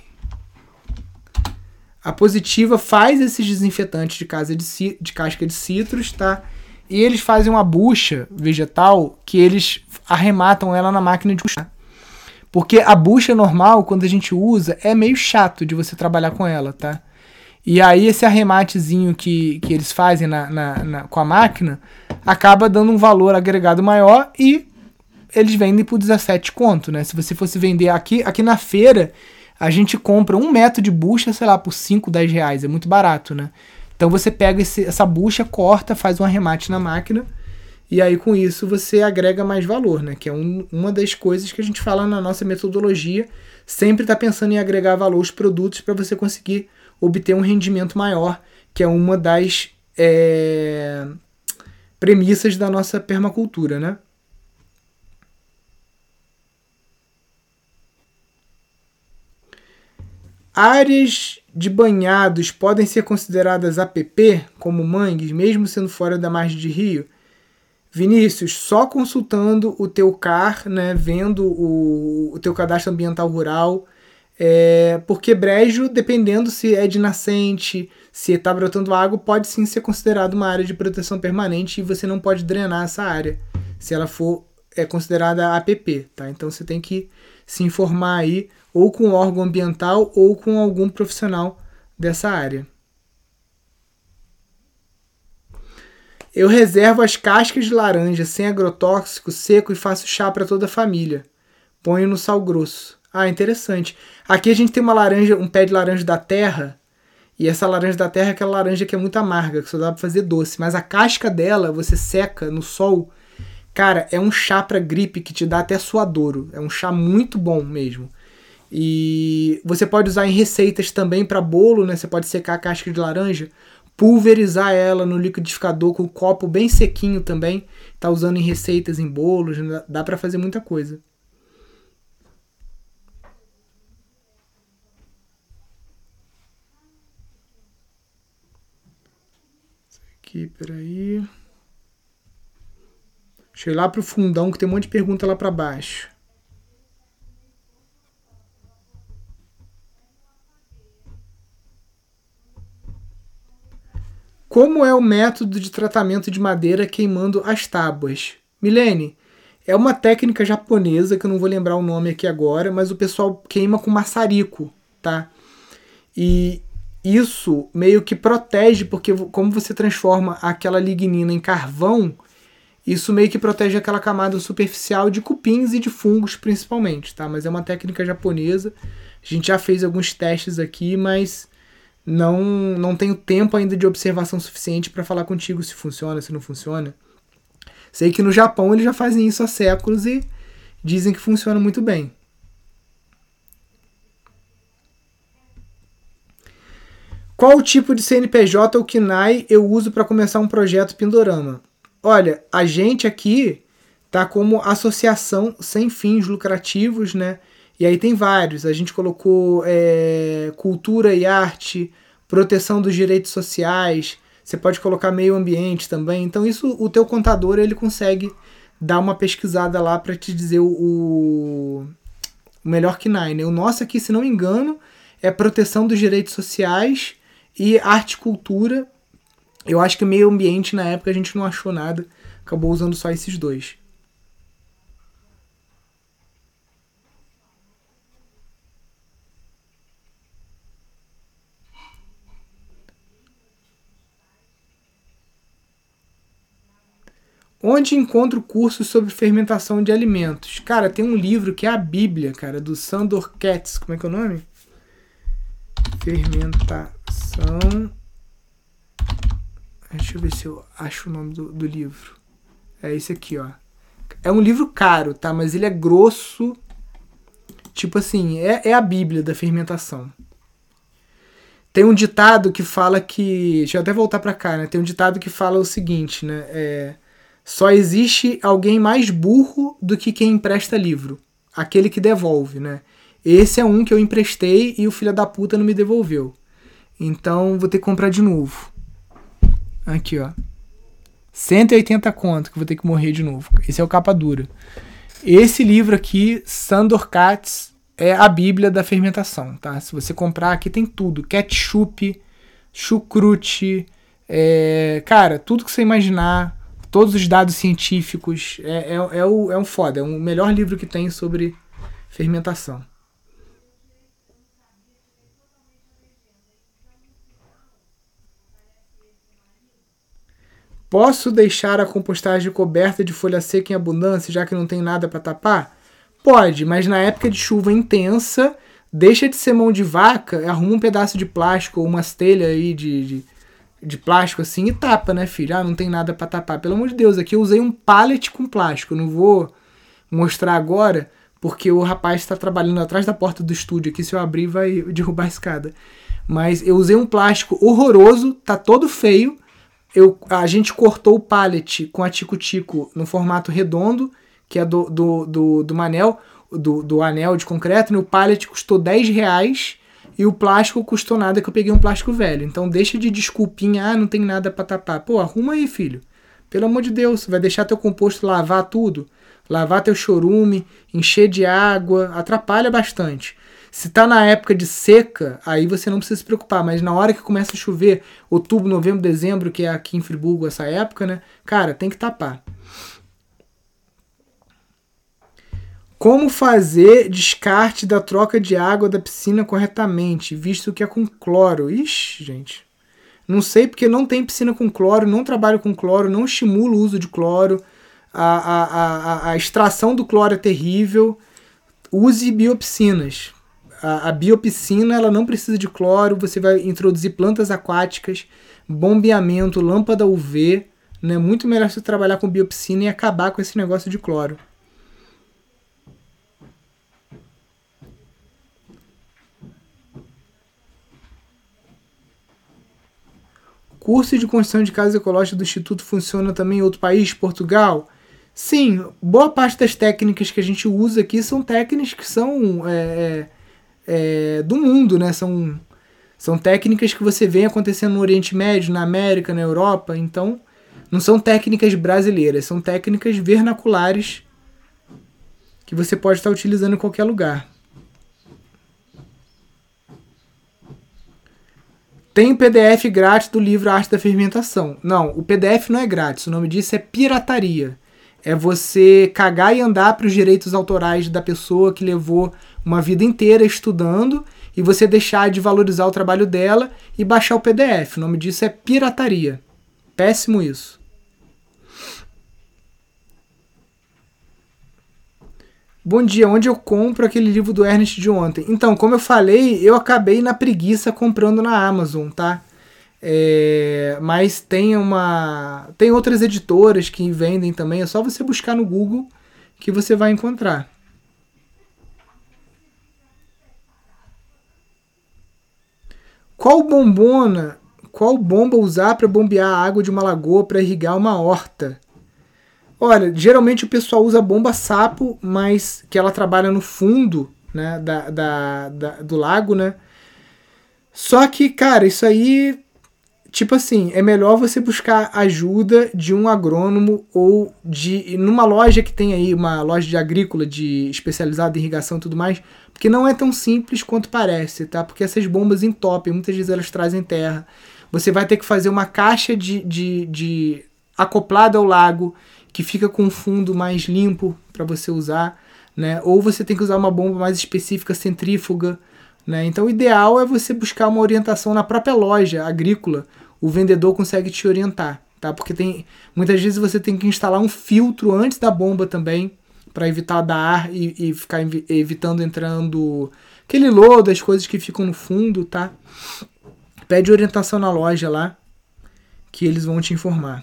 A Positiva faz esses desinfetantes de, casa de, de casca de citros, tá? E eles fazem uma bucha vegetal que eles arrematam ela na máquina de buchar. Porque a bucha normal, quando a gente usa, é meio chato de você trabalhar com ela, tá? E aí esse arrematezinho que, que eles fazem na, na, na, com a máquina acaba dando um valor agregado maior e eles vendem por dezessete conto, né? Se você fosse vender aqui, aqui na feira, a gente compra um metro de bucha, sei lá, por cinco, dez reais. É muito barato, né? Então você pega esse, essa bucha, corta, faz um arremate na máquina e aí com isso você agrega mais valor, né? Que é um, uma das coisas que a gente fala na nossa metodologia. Sempre está pensando em agregar valor aos produtos para você conseguir obter um rendimento maior, que é uma das é, premissas da nossa permacultura, né? Áreas de banhados podem ser consideradas A P P, como mangues, mesmo sendo fora da margem de rio? Vinícius, só consultando o teu C A R, né, vendo o, o teu cadastro ambiental rural, é, porque brejo, dependendo se é de nascente, se está brotando água, pode sim ser considerado uma área de proteção permanente e você não pode drenar essa área, se ela for é considerada A P P, tá? Então você tem que se informar aí, ou com o órgão ambiental ou com algum profissional dessa área. Eu reservo as cascas de laranja sem agrotóxico, seco e faço chá para toda a família. Ponho no sal grosso. Ah, interessante. Aqui a gente tem uma laranja, um pé de laranja da terra, e essa laranja da terra é aquela laranja que é muito amarga, que só dá para fazer doce, mas a casca dela você seca no sol. Cara, é um chá para gripe que te dá até suadouro. É um chá muito bom mesmo. E você pode usar em receitas também para bolo, né? Você pode secar a casca de laranja, pulverizar ela no liquidificador com o copo bem sequinho também. Tá usando em receitas, em bolos, dá para fazer muita coisa. Isso aqui, peraí. Deixa eu ir lá pro fundão que tem um monte de pergunta lá para baixo. Como é o método de tratamento de madeira queimando as tábuas? Milene, é uma técnica japonesa, que eu não vou lembrar o nome aqui agora, mas o pessoal queima com maçarico, tá? E isso meio que protege, porque como você transforma aquela lignina em carvão, isso meio que protege aquela camada superficial de cupins e de fungos principalmente, tá? Mas é uma técnica japonesa. A gente já fez alguns testes aqui, mas não, não tenho tempo ainda de observação suficiente para falar contigo se funciona, se não funciona. Sei que no Japão eles já fazem isso há séculos e dizem que funciona muito bem. Qual o tipo de C N P J ou C N A E eu uso para começar um projeto Pindorama? Olha, a gente aqui tá como associação sem fins lucrativos, né? E aí tem vários. A gente colocou é, cultura e arte, proteção dos direitos sociais. Você pode colocar meio ambiente também. Então isso o teu contador ele consegue dar uma pesquisada lá para te dizer o, o melhor C N A E, né? O nosso aqui, se não me engano, é proteção dos direitos sociais e arte e cultura. Eu acho que meio ambiente na época a gente não achou nada. Acabou usando só esses dois. Onde encontro cursos sobre fermentação de alimentos? Cara, tem um livro que é a Bíblia, cara, do Sandor Katz. Como é que é o nome? Fermentação. Deixa eu ver se eu acho o nome do, do livro. É esse aqui, ó. É um livro caro, tá? Mas ele é grosso. Tipo assim, é, é a Bíblia da fermentação. Tem um ditado que fala que... Deixa eu até voltar pra cá, né? Tem um ditado que fala o seguinte, né? É, só existe alguém mais burro do que quem empresta livro. Aquele que devolve, né? Esse é um que eu emprestei e o filho da puta não me devolveu. Então vou ter que comprar de novo. Aqui, ó. cento e oitenta conto que eu vou ter que morrer de novo. Esse é o capa dura. Esse livro aqui, Sandor Katz, é a Bíblia da fermentação, tá? Se você comprar, aqui tem tudo. Ketchup, chucrute, é, cara, tudo que você imaginar, todos os dados científicos. É, é, é, o, é um foda, é o melhor livro que tem sobre fermentação. Posso deixar a compostagem coberta de folha seca em abundância, já que não tem nada para tapar? Pode, mas na época de chuva intensa, deixa de ser mão de vaca, arruma um pedaço de plástico ou umas telhas aí de, de, de plástico assim e tapa, né, filho? Ah, não tem nada para tapar. Pelo amor de Deus, aqui eu usei um pallet com plástico. Eu não vou mostrar agora, porque o rapaz está trabalhando atrás da porta do estúdio aqui. Se eu abrir, vai derrubar a escada. Mas eu usei um plástico horroroso, tá todo feio. Eu, a gente cortou o pallet com a tico-tico no formato redondo, que é do, do, do, do manel, do, do anel de concreto, né? O pallet custou dez reais e o plástico custou nada, que eu peguei um plástico velho. Então deixa de desculpinha, ah, não tem nada pra tapar. Pô, arruma aí, filho. Pelo amor de Deus, vai deixar teu composto lavar tudo? Lavar teu chorume, encher de água, atrapalha bastante. Se tá na época de seca, aí você não precisa se preocupar, mas na hora que começa a chover, outubro, novembro, dezembro, que é aqui em Friburgo essa época, né? Cara, tem que tapar. Como fazer descarte da troca de água da piscina corretamente, visto que é com cloro? Ixi, gente. Não sei porque não tem piscina com cloro, não trabalho com cloro, não estimulo o uso de cloro. A, a, a, a extração do cloro é terrível. Use biopiscinas. A, a biopiscina ela não precisa de cloro, você vai introduzir plantas aquáticas, bombeamento, lâmpada U V. Né? Muito melhor você trabalhar com biopiscina e acabar com esse negócio de cloro. Curso de construção de casa ecológica do Instituto funciona também em outro país, Portugal? Sim, boa parte das técnicas que a gente usa aqui são técnicas que são é, é, do mundo, né? São, são técnicas que você vê acontecendo no Oriente Médio, na América, na Europa. Então, não são técnicas brasileiras, são técnicas vernaculares que você pode estar utilizando em qualquer lugar. Tem o P D F grátis do livro Arte da Fermentação. Não, o P D F não é grátis, o nome disso é pirataria. É você cagar e andar para os direitos autorais da pessoa que levou uma vida inteira estudando e você deixar de valorizar o trabalho dela e baixar o P D F. O nome disso é pirataria. Péssimo isso. Bom dia, onde eu compro aquele livro do Ernest de ontem? Então, como eu falei, eu acabei na preguiça comprando na Amazon, tá? É, mas tem uma tem outras editoras que vendem também, é só você buscar no Google que você vai encontrar. Qual bombona, qual bomba usar para bombear a água de uma lagoa para irrigar uma horta? Olha, geralmente o pessoal usa bomba sapo, mas que ela trabalha no fundo, né, da, da, da, do lago, né? Só que, cara, isso aí, tipo assim, é melhor você buscar ajuda de um agrônomo ou de numa loja que tem aí, uma loja de agrícola de especializada em irrigação e tudo mais, porque não é tão simples quanto parece, tá? Porque essas bombas entopem, muitas vezes elas trazem terra. Você vai ter que fazer uma caixa de, de, de acoplada ao lago, que fica com um fundo mais limpo para você usar, né? Ou você tem que usar uma bomba mais específica, centrífuga, né? Então o ideal é você buscar uma orientação na própria loja agrícola, o vendedor consegue te orientar, tá? Porque tem, muitas vezes você tem que instalar um filtro antes da bomba também, para evitar dar ar e, e ficar evitando entrando aquele lodo, as coisas que ficam no fundo, tá? Pede orientação na loja lá, que eles vão te informar.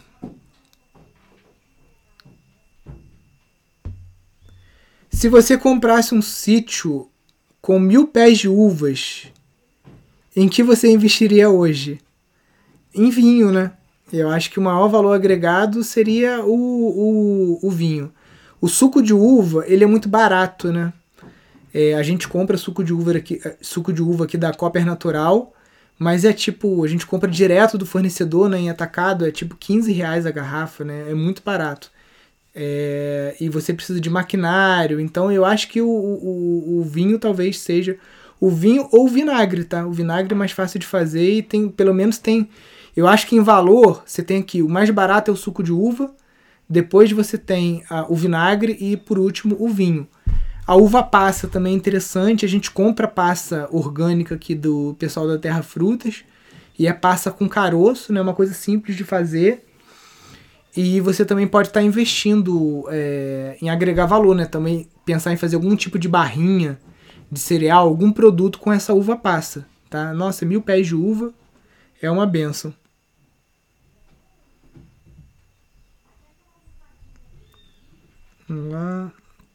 Se você comprasse um sítio com mil pés de uvas, em que você investiria hoje? Em vinho, né? Eu acho que o maior valor agregado seria o, o, o vinho. O suco de uva, ele é muito barato, né? É, a gente compra suco de uva aqui, suco de uva aqui da Cooper Natural, mas é tipo, a gente compra direto do fornecedor, né, em atacado, é tipo quinze reais a garrafa, né? É muito barato. É, e você precisa de maquinário, então eu acho que o, o, o vinho talvez seja o vinho ou o vinagre, tá? O vinagre é mais fácil de fazer e tem, pelo menos tem, eu acho que em valor, você tem aqui, o mais barato é o suco de uva, depois você tem a, o vinagre e por último o vinho. A uva passa também é interessante, a gente compra passa orgânica aqui do pessoal da Terra Frutas, e é passa com caroço, né? Uma coisa simples de fazer. E você também pode estar investindo é, em agregar valor, né? Também pensar em fazer algum tipo de barrinha de cereal, algum produto com essa uva passa, tá? Nossa, mil pés de uva é uma benção. Vamos lá.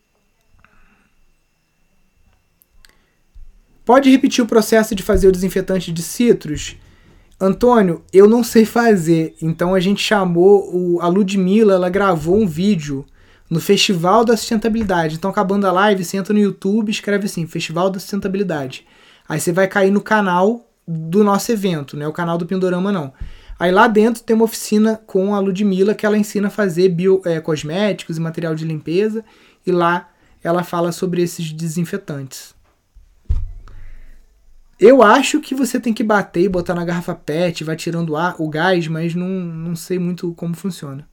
Pode repetir o processo de fazer o desinfetante de citros? Antônio, eu não sei fazer, então a gente chamou, o, a Ludmilla, ela gravou um vídeo no Festival da Sustentabilidade. Então, acabando a live, você entra no YouTube e escreve assim, Festival da Sustentabilidade. Aí você vai cair no canal do nosso evento, não é o canal do Pindorama não. Aí lá dentro tem uma oficina com a Ludmilla que ela ensina a fazer bio, é, cosméticos e material de limpeza, e lá ela fala sobre esses desinfetantes. Eu acho que você tem que bater e botar na garrafa pet, vai tirando ar, o gás, mas não, não sei muito como funciona.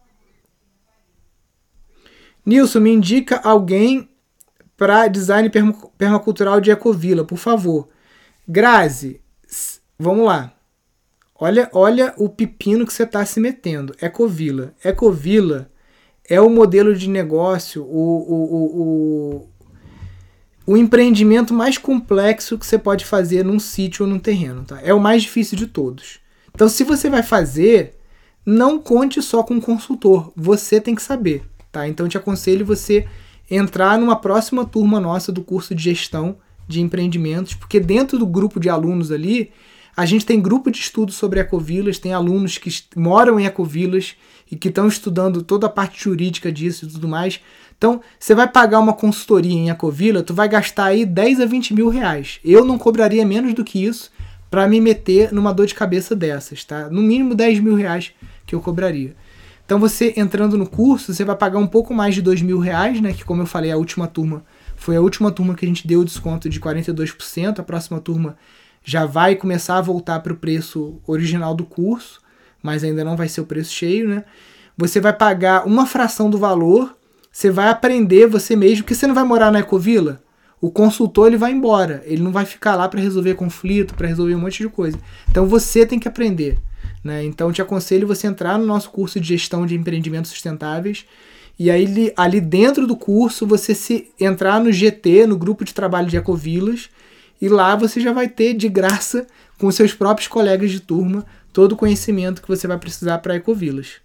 Nilson, me indica alguém para design permacultural de Ecovila, por favor. Grazi, vamos lá. Olha, olha o pepino que você está se metendo. Ecovila. Ecovila é o modelo de negócio, o... o, o, o o empreendimento mais complexo que você pode fazer num sítio ou num terreno, tá? É o mais difícil de todos. Então, se você vai fazer, não conte só com um consultor. Você tem que saber, tá? Então, eu te aconselho você entrar numa próxima turma nossa do curso de gestão de empreendimentos, porque dentro do grupo de alunos ali, a gente tem grupo de estudo sobre ecovilas, tem alunos que moram em ecovilas e que estão estudando toda a parte jurídica disso e tudo mais. Então, você vai pagar uma consultoria em Ecovila, tu vai gastar aí dez a vinte mil reais. Eu não cobraria menos do que isso para me meter numa dor de cabeça dessas, tá? No mínimo dez mil reais que eu cobraria. Então, você entrando no curso, você vai pagar um pouco mais de dois mil reais, né? Que, como eu falei, a última turma foi a última turma que a gente deu o desconto de quarenta e dois por cento. A próxima turma já vai começar a voltar para o preço original do curso, mas ainda não vai ser o preço cheio, né? Você vai pagar uma fração do valor. Você vai aprender você mesmo, porque você não vai morar na Ecovila. O consultor ele vai embora, ele não vai ficar lá para resolver conflito, para resolver um monte de coisa. Então você tem que aprender, né? Então eu te aconselho você entrar no nosso curso de gestão de empreendimentos sustentáveis e aí ali dentro do curso você se entrar no G T, no grupo de trabalho de Ecovilas, e lá você já vai ter de graça com seus próprios colegas de turma todo o conhecimento que você vai precisar para Ecovilas.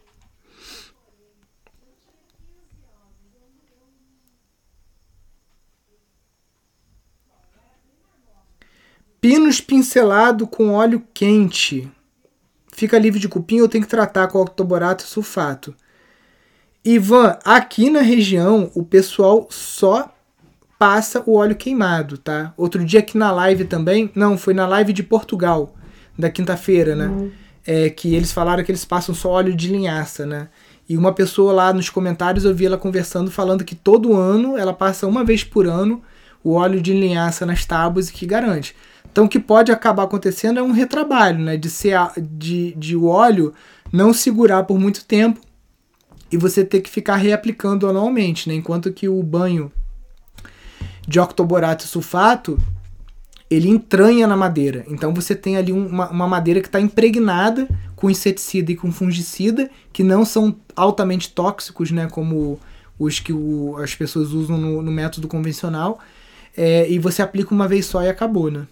Pinos pincelado com óleo quente. Fica livre de cupim ou tem que tratar com octoborato e sulfato? Ivan, aqui na região o pessoal só passa o óleo queimado, tá? Outro dia aqui na live também, não, foi na live de Portugal, da quinta-feira, né? Uhum. É, que eles falaram que eles passam só óleo de linhaça, né? E uma pessoa lá nos comentários, eu vi ela conversando, falando que todo ano ela passa uma vez por ano o óleo de linhaça nas tábuas e que garante. Então, o que pode acabar acontecendo é um retrabalho, né? De, ser a, de, de o óleo não segurar por muito tempo e você ter que ficar reaplicando anualmente, né? Enquanto que o banho de octoborato e sulfato, ele entranha na madeira. Então, você tem ali uma, uma madeira que está impregnada com inseticida e com fungicida, que não são altamente tóxicos, né? Como os que o, as pessoas usam no, no método convencional. é, e você aplica uma vez só e acabou, né?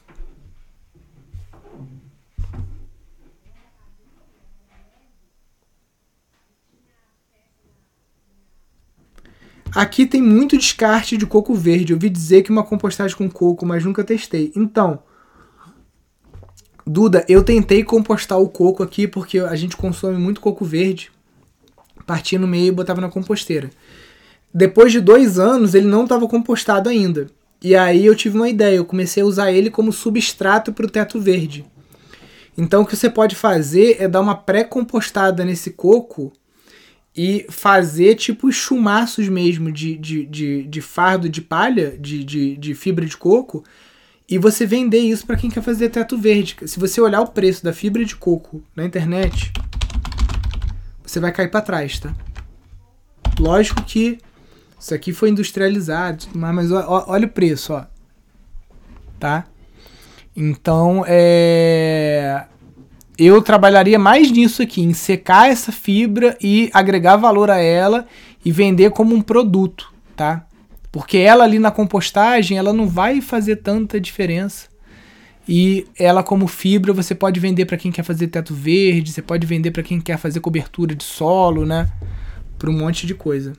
Aqui tem muito descarte de coco verde. Eu ouvi dizer que uma compostagem com coco, mas nunca testei. Então, Duda, eu tentei compostar o coco aqui porque a gente consome muito coco verde. Partia no meio e botava na composteira. Depois de dois anos, ele não estava compostado ainda. E aí eu tive uma ideia. Eu comecei a usar ele como substrato para o teto verde. Então, o que você pode fazer é dar uma pré-compostada nesse coco e fazer tipo chumaços mesmo de, de, de, de fardo de palha, de, de, de fibra de coco, e você vender isso para quem quer fazer teto verde. Se você olhar o preço da fibra de coco na internet, você vai cair para trás, tá? Lógico que isso aqui foi industrializado, mas olha o preço, ó. Tá? Então, é... eu trabalharia mais nisso aqui, em secar essa fibra e agregar valor a ela e vender como um produto, tá? Porque ela ali na compostagem, ela não vai fazer tanta diferença. E ela como fibra, você pode vender para quem quer fazer teto verde, você pode vender para quem quer fazer cobertura de solo, né? Para um monte de coisa.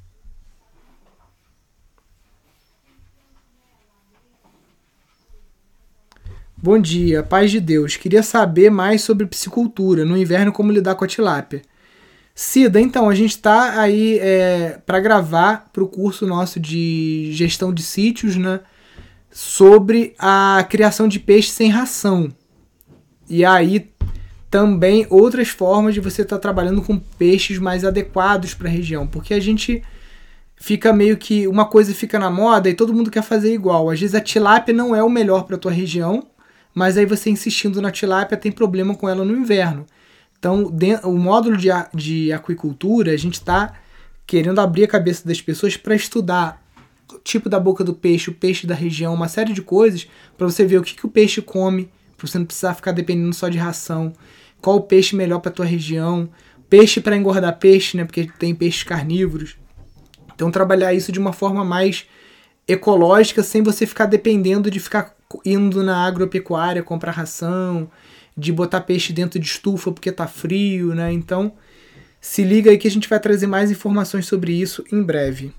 Bom dia, paz de Deus. Queria saber mais sobre piscicultura, no inverno como lidar com a tilápia. Cida, então, a gente está aí é, para gravar para o curso nosso de gestão de sítios, né, sobre a criação de peixe sem ração. E aí também outras formas de você estar tá trabalhando com peixes mais adequados para a região, porque a gente fica meio que uma coisa fica na moda e todo mundo quer fazer igual. Às vezes a tilápia não é o melhor para a tua região, mas aí você insistindo na tilápia tem problema com ela no inverno. Então, o módulo de, de aquicultura, a gente está querendo abrir a cabeça das pessoas para estudar o tipo da boca do peixe, o peixe da região, uma série de coisas, para você ver o que, que o peixe come, para você não precisar ficar dependendo só de ração, qual o peixe melhor para a tua região, peixe para engordar peixe, né, porque tem peixes carnívoros. Então, trabalhar isso de uma forma mais ecológica, sem você ficar dependendo de ficar indo na agropecuária comprar ração, de botar peixe dentro de estufa porque tá frio, né? Então, se liga aí que a gente vai trazer mais informações sobre isso em breve.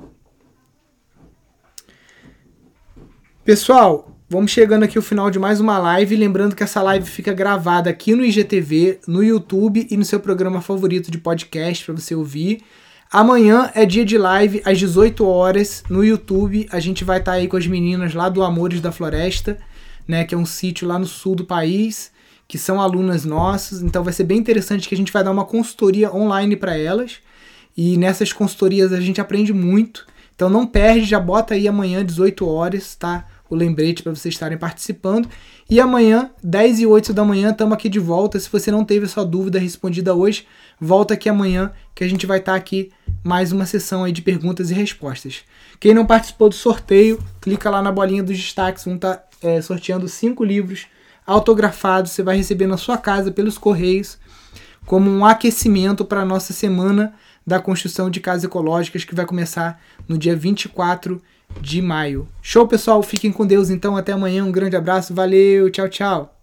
Pessoal, vamos chegando aqui ao final de mais uma live, lembrando que essa live fica gravada aqui no I G T V, no YouTube e no seu programa favorito de podcast para você ouvir. Amanhã é dia de live às dezoito horas no YouTube. A gente vai estar tá aí com as meninas lá do Amores da Floresta, né, que é um sítio lá no sul do país, que são alunas nossas. Então vai ser bem interessante que a gente vai dar uma consultoria online para elas. E nessas consultorias a gente aprende muito. Então não perde, já bota aí amanhã dezoito horas, tá? O lembrete para vocês estarem participando. E amanhã, dez e oito da manhã, estamos aqui de volta. Se você não teve a sua dúvida respondida hoje, volta aqui amanhã, que a gente vai estar aqui mais uma sessão aí de perguntas e respostas. Quem não participou do sorteio, clica lá na bolinha dos destaques. Vamos estar é, sorteando cinco livros autografados. Você vai receber na sua casa pelos correios como um aquecimento para a nossa semana da construção de casas ecológicas, que vai começar no dia vinte e quatro de maio. Show, pessoal? Fiquem com Deus, então. Até amanhã. Um grande abraço. Valeu. Tchau, tchau.